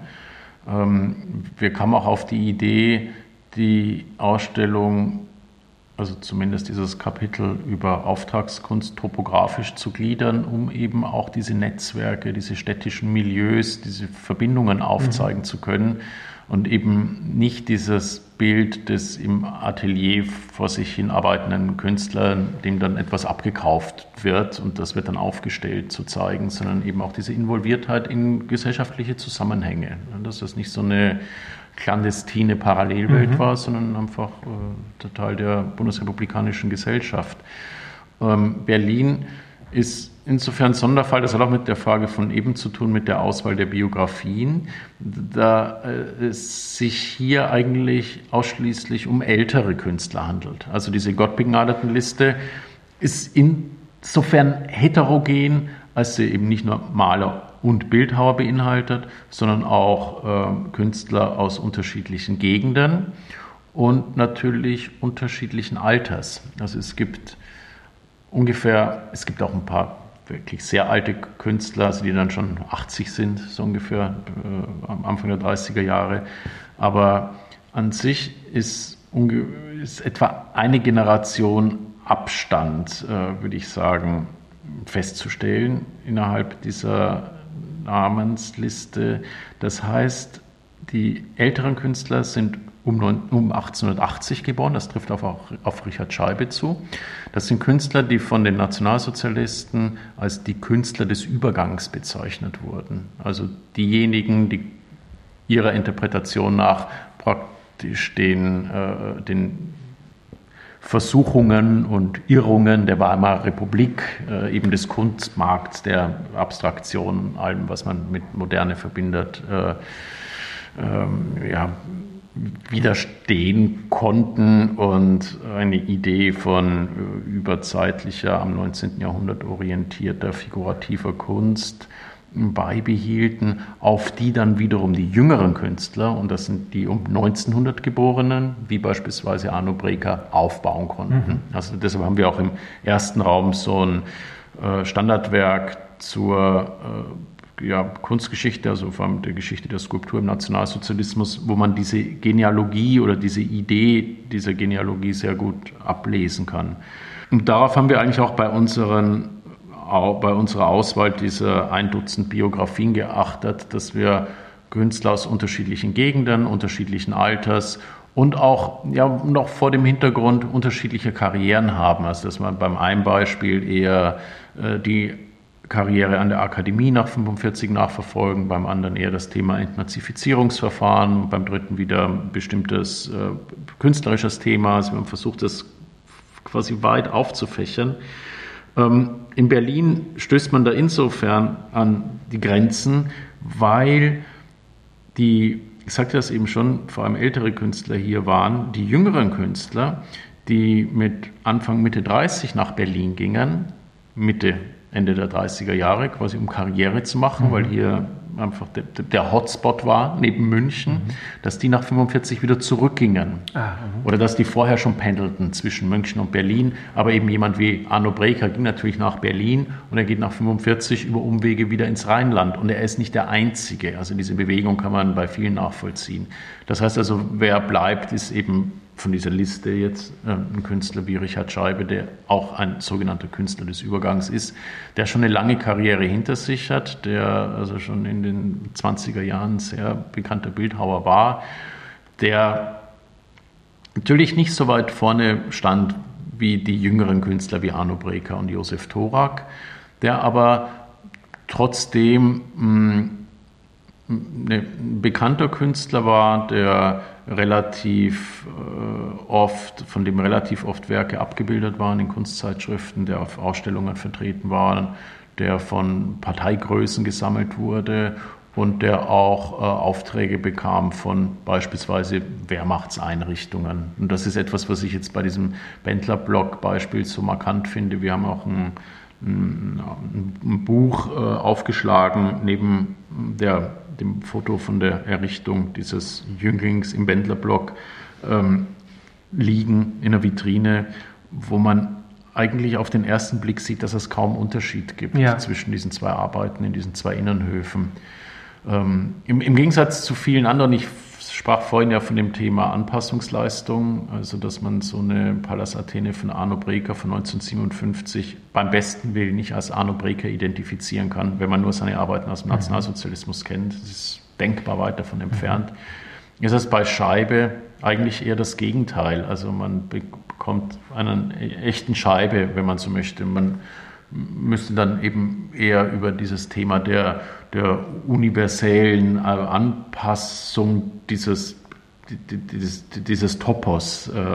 Ähm, wir kamen auch auf die Idee, die Ausstellung, also zumindest dieses Kapitel über Auftragskunst topografisch zu gliedern, um eben auch diese Netzwerke, diese städtischen Milieus, diese Verbindungen aufzeigen mhm. zu können. und eben nicht dieses Bild des im Atelier vor sich hin arbeitenden Künstlers, dem dann etwas abgekauft wird und das wird dann aufgestellt, zu zeigen, sondern eben auch diese Involviertheit in gesellschaftliche Zusammenhänge. Dass das nicht so eine clandestine Parallelwelt mhm. war, sondern einfach äh, Teil der bundesrepublikanischen Gesellschaft. Ähm, Berlin ist insofern ein Sonderfall, das hat auch mit der Frage von eben zu tun, mit der Auswahl der Biografien, da äh, es sich hier eigentlich ausschließlich um ältere Künstler handelt. Also diese Gottbegnadetenliste ist insofern heterogen, als sie eben nicht nur Maler und Bildhauer beinhaltet, sondern auch äh, Künstler aus unterschiedlichen Gegenden und natürlich unterschiedlichen Alters. Also es gibt ungefähr, es gibt auch ein paar wirklich sehr alte Künstler, also die dann schon achtzig sind, so ungefähr äh, am Anfang der dreißiger Jahre. Aber an sich ist, unge- ist etwa eine Generation Abstand, äh, würde ich sagen, festzustellen innerhalb dieser Namensliste. Das heißt, die älteren Künstler sind um, um achtzehnhundertachtzig geboren, das trifft auch auf Richard Scheibe zu. Das sind Künstler, die von den Nationalsozialisten als die Künstler des Übergangs bezeichnet wurden. Also diejenigen, die ihrer Interpretation nach praktisch den, äh, den Versuchungen und Irrungen der Weimarer Republik, äh, eben des Kunstmarkts, der Abstraktion, allem, was man mit Moderne verbindet, äh, ähm, ja, widerstehen konnten und eine Idee von überzeitlicher, am neunzehnten Jahrhundert orientierter, figurativer Kunst beibehielten, auf die dann wiederum die jüngeren Künstler, und das sind die um neunzehnhundert Geborenen, wie beispielsweise Arno Breker, aufbauen konnten. Mhm. Also deshalb haben wir auch im ersten Raum so ein äh, Standardwerk zur äh, ja, Kunstgeschichte, also vor allem der Geschichte der Skulptur im Nationalsozialismus, wo man diese Genealogie oder diese Idee dieser Genealogie sehr gut ablesen kann. Und darauf haben wir eigentlich auch bei, unseren, bei unserer Auswahl dieser ein Dutzend Biografien geachtet, dass wir Künstler aus unterschiedlichen Gegenden, unterschiedlichen Alters und auch ja, noch vor dem Hintergrund unterschiedlicher Karrieren haben. Also dass man beim einen Beispiel eher äh, die Karriere an der Akademie nach fünfundvierzig nachverfolgen, beim anderen eher das Thema Entnazifizierungsverfahren, beim dritten wieder ein bestimmtes äh, künstlerisches Thema. Also man versucht, das quasi weit aufzufächern. Ähm, in Berlin stößt man da insofern an die Grenzen, weil die, ich sagte das eben schon, vor allem ältere Künstler hier waren, die jüngeren Künstler, die mit Anfang, Mitte dreißig nach Berlin gingen, Mitte Ende der dreißiger Jahre, quasi um Karriere zu machen, mhm. weil hier einfach der, der Hotspot war, neben München, mhm. dass die nach fünfundvierzig wieder zurückgingen. Ah, oder dass die vorher schon pendelten zwischen München und Berlin. Aber eben jemand wie Arno Breker ging natürlich nach Berlin und er geht nach fünfundvierzig über Umwege wieder ins Rheinland. Und er ist nicht der Einzige. Also diese Bewegung kann man bei vielen nachvollziehen. Das heißt also, wer bleibt, ist eben von dieser Liste jetzt äh, ein Künstler wie Richard Scheibe, der auch ein sogenannter Künstler des Übergangs ist, der schon eine lange Karriere hinter sich hat, der also schon in den zwanziger Jahren sehr bekannter Bildhauer war, der natürlich nicht so weit vorne stand wie die jüngeren Künstler wie Arno Breker und Josef Thorak, der aber trotzdem mh, ein bekannter Künstler war, der relativ äh, oft, von dem relativ oft Werke abgebildet waren in Kunstzeitschriften, der auf Ausstellungen vertreten war, der von Parteigrößen gesammelt wurde und der auch äh, Aufträge bekam von beispielsweise Wehrmachtseinrichtungen. Und das ist etwas, was ich jetzt bei diesem Bendler-Blog-Beispiel so markant finde. Wir haben auch ein, ein, ein Buch äh, aufgeschlagen neben der dem Foto von der Errichtung dieses Jünglings im Bendler-Block ähm, liegen in einer Vitrine, wo man eigentlich auf den ersten Blick sieht, dass es kaum Unterschied gibt ja. zwischen diesen zwei Arbeiten in diesen zwei Innenhöfen. Ähm, im, Im Gegensatz zu vielen anderen, ich sprach vorhin ja von dem Thema Anpassungsleistung, also dass man so eine Pallas Athene von Arno Breker von neunzehnhundertsiebenundfünfzig beim besten Willen nicht als Arno Breker identifizieren kann, wenn man nur seine Arbeiten aus dem Nationalsozialismus kennt. Das ist denkbar weit davon entfernt. ist es bei Scheibe eigentlich eher das Gegenteil. Also man bekommt einen echten Scheibe, wenn man so möchte. Man müsste dann eben eher über dieses Thema der, der universellen Anpassung dieses, dieses, dieses Topos, äh,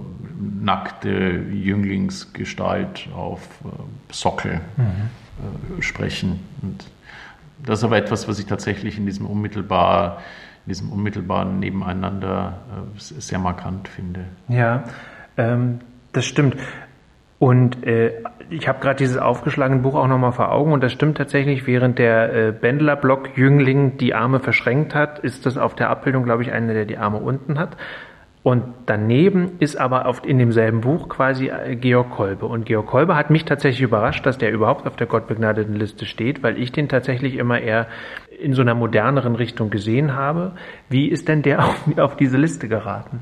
nackte Jünglingsgestalt auf äh, Sockel mhm. äh, sprechen. Und das ist aber etwas, was ich tatsächlich in diesem unmittelbar, in diesem unmittelbaren Nebeneinander äh, sehr markant finde. Ja, ähm, das stimmt. Und äh, ich habe gerade dieses aufgeschlagene Buch auch nochmal vor Augen und das stimmt tatsächlich, während der äh, Bendler-Block-Jüngling die Arme verschränkt hat, ist das auf der Abbildung, glaube ich, einer, der die Arme unten hat. Und daneben ist aber auf, in demselben Buch quasi äh, Georg Kolbe. Und Georg Kolbe hat mich tatsächlich überrascht, dass der überhaupt auf der Gottbegnadeten Liste steht, weil ich den tatsächlich immer eher in so einer moderneren Richtung gesehen habe. Wie ist denn der auf, auf diese Liste geraten?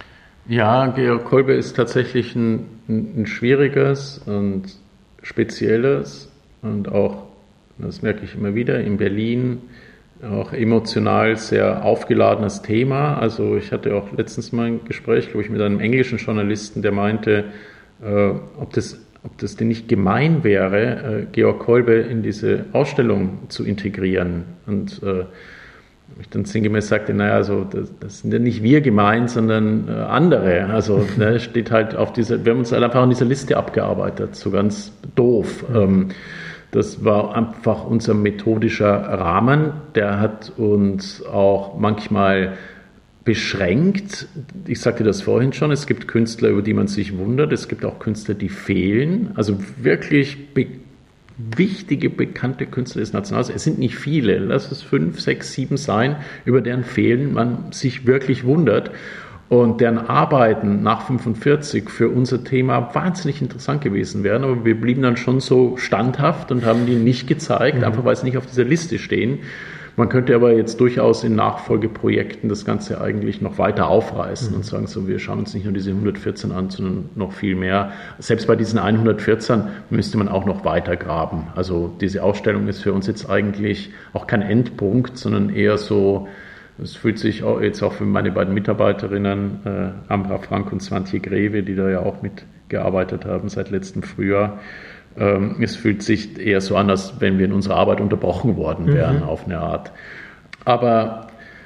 Ja, Georg Kolbe ist tatsächlich ein, ein schwieriges und spezielles und auch, das merke ich immer wieder, in Berlin auch emotional sehr aufgeladenes Thema. Also ich hatte auch letztens mal ein Gespräch, glaube ich, mit einem englischen Journalisten, der meinte, äh, ob das, ob das denn nicht gemein wäre, äh, Georg Kolbe in diese Ausstellung zu integrieren. Und äh, ich dann sinngemäß sagte, naja, also das, das sind ja nicht wir gemeint, sondern äh, andere. Also ne, steht halt auf dieser, wir haben uns halt einfach an dieser Liste abgearbeitet, so ganz doof. Ähm, das war einfach unser methodischer Rahmen, der hat uns auch manchmal beschränkt. Ich sagte das vorhin schon, es gibt Künstler, über die man sich wundert, es gibt auch Künstler, die fehlen, also wirklich be- wichtige, bekannte Künstler des Nationals. Es sind nicht viele, lass es fünf, sechs, sieben sein, über deren Fehlen man sich wirklich wundert und deren Arbeiten nach fünfundvierzig für unser Thema wahnsinnig interessant gewesen wären, aber wir blieben dann schon so standhaft und haben die nicht gezeigt, mhm. einfach weil sie nicht auf dieser Liste stehen. Man könnte aber jetzt durchaus in Nachfolgeprojekten das Ganze eigentlich noch weiter aufreißen mhm. und sagen, so, wir schauen uns nicht nur diese hundertvierzehn an, sondern noch viel mehr. Selbst bei diesen hundertvierzehn müsste man auch noch weiter graben. Also diese Ausstellung ist für uns jetzt eigentlich auch kein Endpunkt, sondern eher so, es fühlt sich auch jetzt auch für meine beiden Mitarbeiterinnen, äh, Ambra Frank und Swantje Greve, die da ja auch mitgearbeitet haben seit letztem Frühjahr, es fühlt sich eher so an, als wenn wir in unserer Arbeit unterbrochen worden wären, mhm. auf eine Art. Aber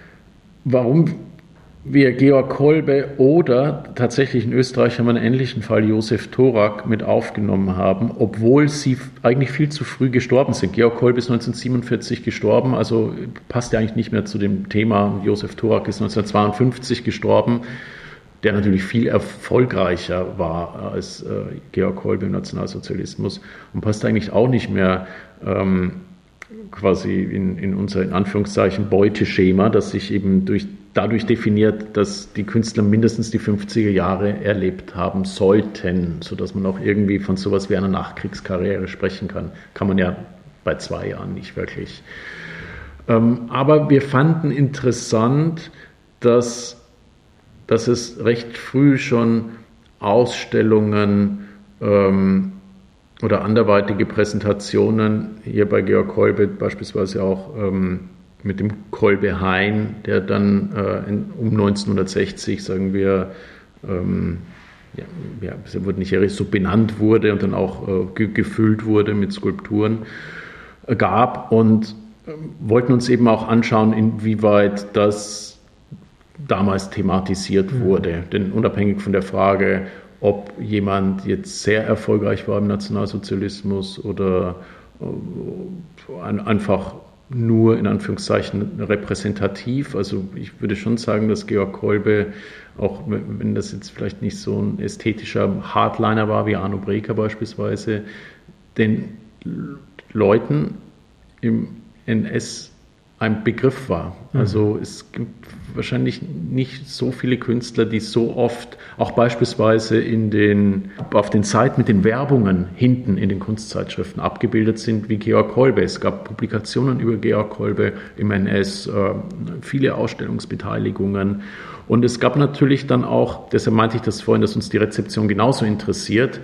warum wir Georg Kolbe oder tatsächlich in Österreich haben wir einen ähnlichen Fall Josef Thorak mit aufgenommen haben, obwohl sie eigentlich viel zu früh gestorben sind. Georg Kolbe ist neunzehnhundertsiebenundvierzig gestorben, also passt ja eigentlich nicht mehr zu dem Thema. Josef Thorak ist neunzehnhundertzweiundfünfzig gestorben, der natürlich viel erfolgreicher war als äh, Georg Kolbe im Nationalsozialismus und passt eigentlich auch nicht mehr ähm, quasi in, in unser, in Anführungszeichen, Beuteschema, das sich eben durch, dadurch definiert, dass die Künstler mindestens die fünfziger Jahre erlebt haben sollten, sodass man auch irgendwie von sowas wie einer Nachkriegskarriere sprechen kann. Kann man ja bei zwei Jahren nicht wirklich. Ähm, aber wir fanden interessant, dass dass es recht früh schon Ausstellungen ähm, oder anderweitige Präsentationen, hier bei Georg Kolbe beispielsweise auch ähm, mit dem Kolbe-Hain, der dann äh, in, um neunzehnhundertsechzig, sagen wir, ähm, ja, ja, es wurde nicht so benannt wurde und dann auch äh, ge- gefüllt wurde mit Skulpturen, äh, gab und äh, wollten uns eben auch anschauen, inwieweit das damals thematisiert wurde. Denn unabhängig von der Frage, ob jemand jetzt sehr erfolgreich war im Nationalsozialismus oder äh, einfach nur in Anführungszeichen repräsentativ, also ich würde schon sagen, dass Georg Kolbe, auch wenn das jetzt vielleicht nicht so ein ästhetischer Hardliner war, wie Arno Breker beispielsweise, den Leuten im N S ein Begriff war. Also es gibt wahrscheinlich nicht so viele Künstler, die so oft auch beispielsweise in den, auf den Seiten mit den Werbungen hinten in den Kunstzeitschriften abgebildet sind wie Georg Kolbe. Es gab Publikationen über Georg Kolbe im N S, äh, viele Ausstellungsbeteiligungen und es gab natürlich dann auch, deshalb meinte ich das vorhin, dass uns die Rezeption genauso interessiert,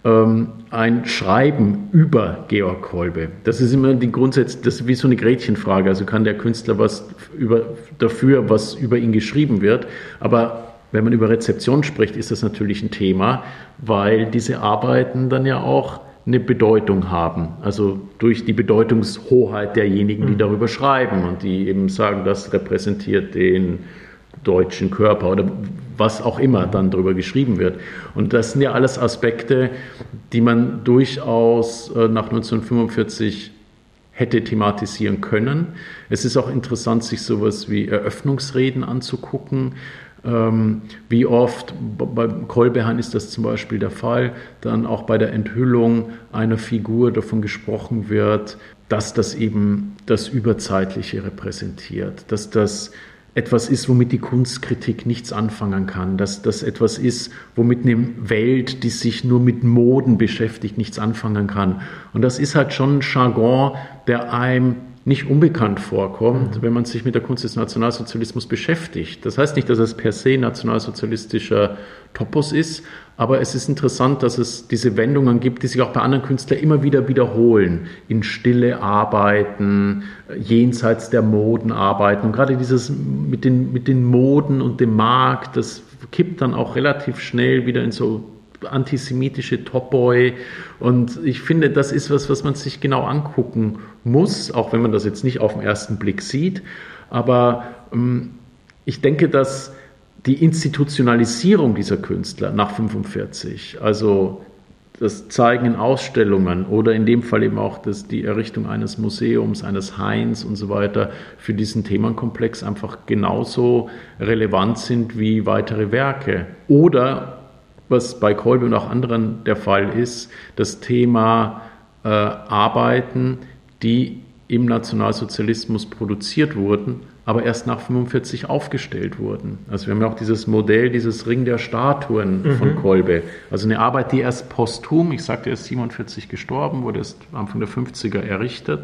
ähm, ein Schreiben über Georg Kolbe. Das ist immer die Grundsätze, das ist wie so eine Gretchenfrage. Also kann der Künstler was über, dafür, was über ihn geschrieben wird. Aber wenn man über Rezeption spricht, ist das natürlich ein Thema, weil diese Arbeiten dann ja auch eine Bedeutung haben. Also durch die Bedeutungshoheit derjenigen, die darüber schreiben und die eben sagen, das repräsentiert den deutschen Körper oder was auch immer dann darüber geschrieben wird. Und das sind ja alles Aspekte, die man durchaus nach neunzehnhundertfünfundvierzig hätte thematisieren können. Es ist auch interessant, sich sowas wie Eröffnungsreden anzugucken. Ähm, wie oft, beim Kolbehan ist das zum Beispiel der Fall, dann auch bei der Enthüllung einer Figur davon gesprochen wird, dass das eben das Überzeitliche repräsentiert, dass das etwas ist, womit die Kunstkritik nichts anfangen kann, dass das etwas ist, womit eine Welt, die sich nur mit Moden beschäftigt, nichts anfangen kann. Und das ist halt schon ein Jargon, der einem nicht unbekannt vorkommt, mhm. wenn man sich mit der Kunst des Nationalsozialismus beschäftigt. Das heißt nicht, dass es per se nationalsozialistischer Topos ist, aber es ist interessant, dass es diese Wendungen gibt, die sich auch bei anderen Künstlern immer wieder wiederholen. In Stille arbeiten, jenseits der Moden arbeiten. Und gerade dieses mit den, mit den Moden und dem Markt, das kippt dann auch relativ schnell wieder in so antisemitische Topoi, und ich finde, das ist was, was man sich genau angucken muss, auch wenn man das jetzt nicht auf den ersten Blick sieht, aber ähm, ich denke, dass die Institutionalisierung dieser Künstler nach fünfundvierzig, also das Zeigen in Ausstellungen oder in dem Fall eben auch das, die Errichtung eines Museums, eines Hains und so weiter, für diesen Themenkomplex einfach genauso relevant sind wie weitere Werke. Oder was bei Kolbe und auch anderen der Fall ist, das Thema äh, Arbeiten, die im Nationalsozialismus produziert wurden, aber erst nach fünfundvierzig aufgestellt wurden. Also wir haben ja auch dieses Modell, dieses Ring der Statuen mhm. von Kolbe. Also eine Arbeit, die erst posthum, ich sagte, er ist siebenundvierzig gestorben, wurde erst Anfang der fünfziger errichtet.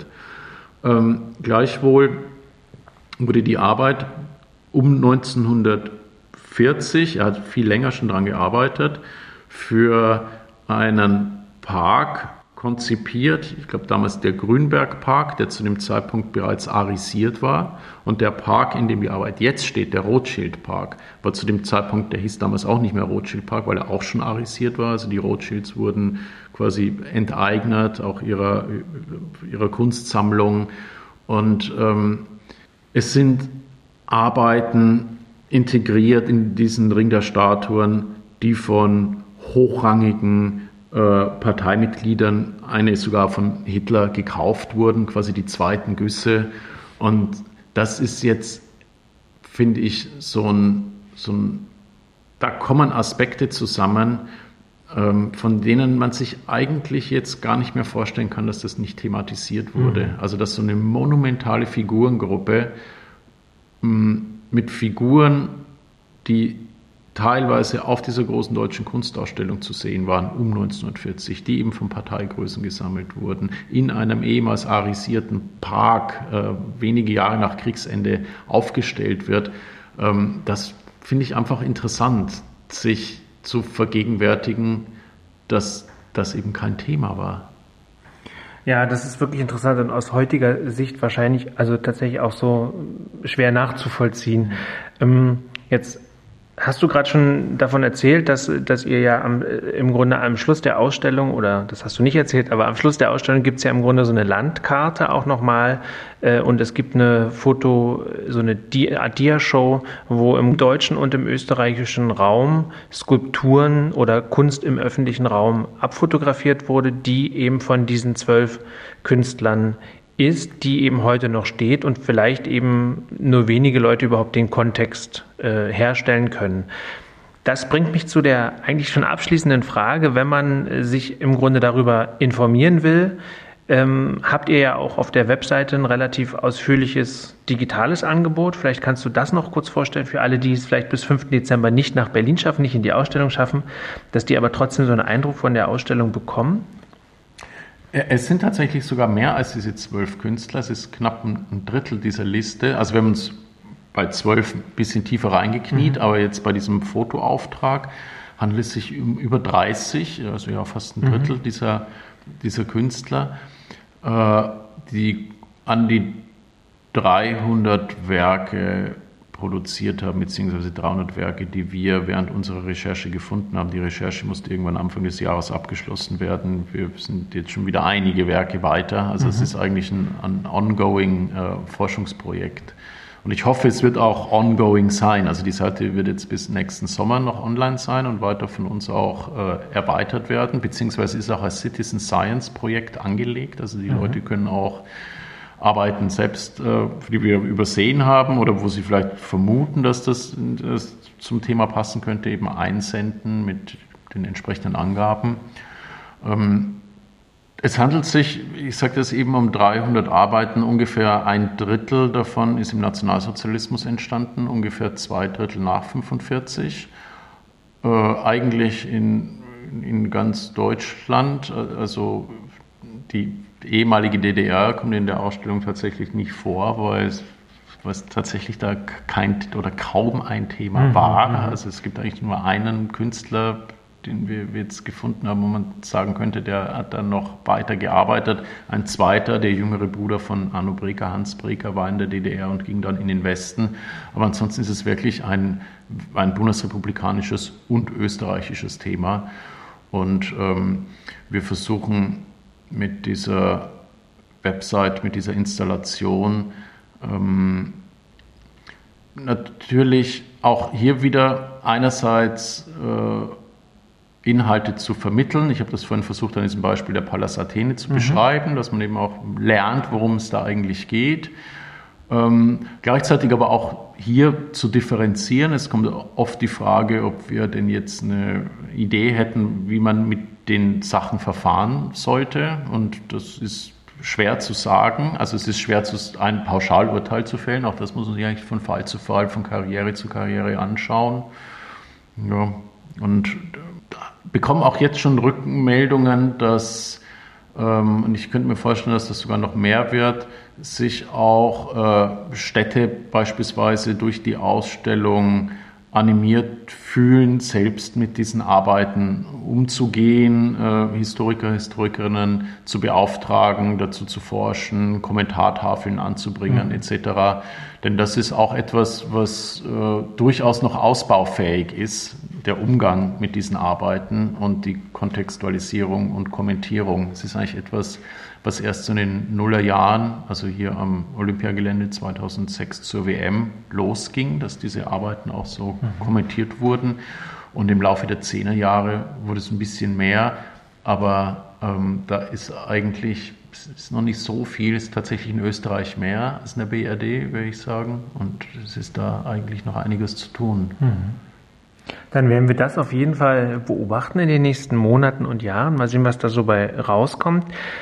Ähm, gleichwohl wurde die Arbeit um neunzehnhundertvierzig, er hat viel länger schon daran gearbeitet, für einen Park konzipiert, ich glaube damals der Grünbergpark, der zu dem Zeitpunkt bereits arisiert war, und der Park, in dem die Arbeit jetzt steht, der Rothschild-Park, war zu dem Zeitpunkt, der hieß damals auch nicht mehr Rothschild-Park, weil er auch schon arisiert war, also die Rothschilds wurden quasi enteignet, auch ihrer, ihrer Kunstsammlung, und ähm, es sind Arbeiten integriert in diesen Ring der Statuen, die von hochrangigen äh, Parteimitgliedern, eine sogar von Hitler gekauft wurden, quasi die zweiten Güsse. Und das ist jetzt, finde ich, so ein, so ein, da kommen Aspekte zusammen, ähm, von denen man sich eigentlich jetzt gar nicht mehr vorstellen kann, dass das nicht thematisiert wurde. Mhm. Also dass so eine monumentale Figurengruppe mh, mit Figuren, die teilweise auf dieser großen deutschen Kunstausstellung zu sehen waren, um neunzehnhundertvierzig, die eben von Parteigrößen gesammelt wurden, in einem ehemals arisierten Park, äh, wenige Jahre nach Kriegsende aufgestellt wird. Ähm, das finde ich einfach interessant, sich zu vergegenwärtigen, dass das eben kein Thema war. Ja, das ist wirklich interessant und aus heutiger Sicht wahrscheinlich also tatsächlich auch so schwer nachzuvollziehen. Ähm, jetzt hast du gerade schon davon erzählt, dass, dass ihr ja am, im Grunde am Schluss der Ausstellung, oder das hast du nicht erzählt, aber am Schluss der Ausstellung gibt es ja im Grunde so eine Landkarte auch nochmal äh, und es gibt eine Foto, so eine Dia-Show, wo im deutschen und im österreichischen Raum Skulpturen oder Kunst im öffentlichen Raum abfotografiert wurde, die eben von diesen zwölf Künstlern ist, die eben heute noch steht und vielleicht eben nur wenige Leute überhaupt den Kontext äh, herstellen können. Das bringt mich zu der eigentlich schon abschließenden Frage, wenn man sich im Grunde darüber informieren will, ähm, habt ihr ja auch auf der Webseite ein relativ ausführliches digitales Angebot. Vielleicht kannst du das noch kurz vorstellen für alle, die es vielleicht bis fünften Dezember nicht nach Berlin schaffen, nicht in die Ausstellung schaffen, dass die aber trotzdem so einen Eindruck von der Ausstellung bekommen. Es sind tatsächlich sogar mehr als diese zwölf Künstler. Es ist knapp ein Drittel dieser Liste. Also wir haben uns bei zwölf ein bisschen tiefer reingekniet, mhm. aber jetzt bei diesem Fotoauftrag handelt es sich um über dreißig, also ja fast ein Drittel mhm. dieser, dieser Künstler, äh, die an die dreihundert Werke produziert haben, beziehungsweise dreihundert Werke, die wir während unserer Recherche gefunden haben. Die Recherche musste irgendwann Anfang des Jahres abgeschlossen werden. Wir sind jetzt schon wieder einige Werke weiter. Also mhm. es ist eigentlich ein, ein ongoing äh, Forschungsprojekt. Und ich hoffe, es wird auch ongoing sein. Also die Seite wird jetzt bis nächsten Sommer noch online sein und weiter von uns auch äh, erweitert werden, beziehungsweise ist auch als Citizen Science Projekt angelegt. Also die mhm. Leute können auch Arbeiten selbst, die wir übersehen haben oder wo sie vielleicht vermuten, dass das, das zum Thema passen könnte, eben einsenden mit den entsprechenden Angaben. Es handelt sich, ich sage das eben, um dreihundert Arbeiten, ungefähr ein Drittel davon ist im Nationalsozialismus entstanden, ungefähr zwei Drittel nach fünfundvierzig, eigentlich in, in ganz Deutschland, also die Die ehemalige D D R kommt in der Ausstellung tatsächlich nicht vor, weil es, weil es tatsächlich da kein oder kaum ein Thema mhm. war. Also es gibt eigentlich nur einen Künstler, den wir jetzt gefunden haben, wo man sagen könnte, der hat dann noch weiter gearbeitet. Ein zweiter, der jüngere Bruder von Arno Breker, Hans Breker, war in der D D R und ging dann in den Westen. Aber ansonsten ist es wirklich ein, ein bundesrepublikanisches und österreichisches Thema. Und ähm, wir versuchen mit dieser Website, mit dieser Installation ähm, natürlich auch hier wieder einerseits äh, Inhalte zu vermitteln. Ich habe das vorhin versucht, an diesem Beispiel der Pallas Athene zu mhm. beschreiben, dass man eben auch lernt, worum es da eigentlich geht. Ähm, gleichzeitig aber auch hier zu differenzieren. Es kommt oft die Frage, ob wir denn jetzt eine Idee hätten, wie man mit den Sachen verfahren sollte. Und das ist schwer zu sagen. Also es ist schwer, ein Pauschalurteil zu fällen. Auch das muss man sich eigentlich von Fall zu Fall, von Karriere zu Karriere anschauen. Ja. Und bekommen auch jetzt schon Rückmeldungen, dass, ähm, und ich könnte mir vorstellen, dass das sogar noch mehr wird, sich auch äh, Städte beispielsweise durch die Ausstellung animiert fühlen, selbst mit diesen Arbeiten umzugehen, äh, Historiker, Historikerinnen zu beauftragen, dazu zu forschen, Kommentartafeln anzubringen, mhm. et cetera. Denn das ist auch etwas, was äh, durchaus noch ausbaufähig ist, der Umgang mit diesen Arbeiten und die Kontextualisierung und Kommentierung. Es ist eigentlich etwas, was erst in den Nullerjahren, also hier am Olympiagelände zweitausendsechs zur W M losging, dass diese Arbeiten auch so mhm. kommentiert wurden. Und im Laufe der Zehnerjahre wurde es ein bisschen mehr, aber ähm, da ist eigentlich es ist noch nicht so viel, es ist tatsächlich in Österreich mehr als in der B R D, würde ich sagen. Und es ist da eigentlich noch einiges zu tun. Mhm. Dann werden wir das auf jeden Fall beobachten in den nächsten Monaten und Jahren. Mal sehen, was da so bei rauskommt.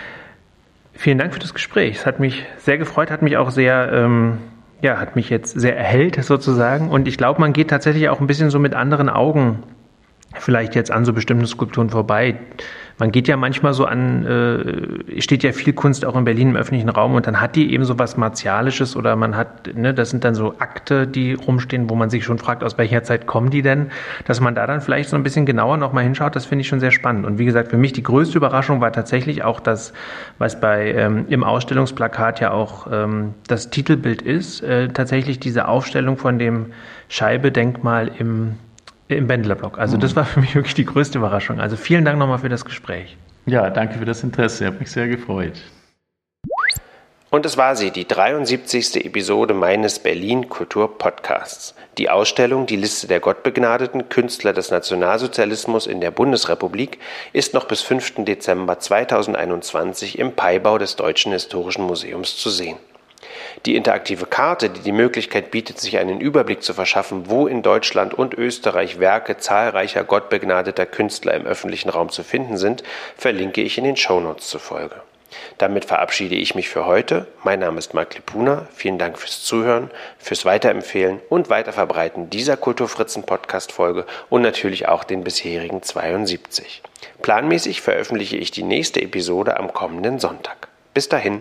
Vielen Dank für das Gespräch. Es hat mich sehr gefreut, hat mich auch sehr, ähm, ja, hat mich jetzt sehr erhellt sozusagen. Und ich glaube, man geht tatsächlich auch ein bisschen so mit anderen Augen vielleicht jetzt an so bestimmten Skulpturen vorbei. Man geht ja manchmal so an, äh, steht ja viel Kunst auch in Berlin im öffentlichen Raum und dann hat die eben so was Martialisches oder man hat, ne, das sind dann so Akte, die rumstehen, wo man sich schon fragt, aus welcher Zeit kommen die denn? Dass man da dann vielleicht so ein bisschen genauer nochmal hinschaut, das finde ich schon sehr spannend. Und wie gesagt, für mich die größte Überraschung war tatsächlich auch das, was bei ähm, im Ausstellungsplakat ja auch ähm, das Titelbild ist, äh, tatsächlich diese Aufstellung von dem Scheibe-Denkmal im Im Bendlerblock. Also das war für mich wirklich die größte Überraschung. Also vielen Dank nochmal für das Gespräch. Ja, danke für das Interesse. Hat mich sehr gefreut. Und es war sie, die dreiundsiebzigste Episode meines Berlin Kultur Podcasts. Die Ausstellung Die Liste der gottbegnadeten Künstler des Nationalsozialismus in der Bundesrepublik ist noch bis fünften Dezember zweitausendeinundzwanzig im Peibau des Deutschen Historischen Museums zu sehen. Die interaktive Karte, die die Möglichkeit bietet, sich einen Überblick zu verschaffen, wo in Deutschland und Österreich Werke zahlreicher gottbegnadeter Künstler im öffentlichen Raum zu finden sind, verlinke ich in den Shownotes zur Folge. Damit verabschiede ich mich für heute. Mein Name ist Marc Lipuna. Vielen Dank fürs Zuhören, fürs Weiterempfehlen und Weiterverbreiten dieser Kulturfritzen-Podcast-Folge und natürlich auch den bisherigen zweiundsiebzig. Planmäßig veröffentliche ich die nächste Episode am kommenden Sonntag. Bis dahin.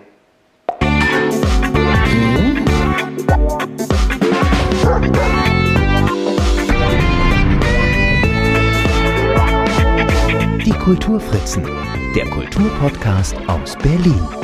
Kulturfritzen, der Kulturpodcast aus Berlin.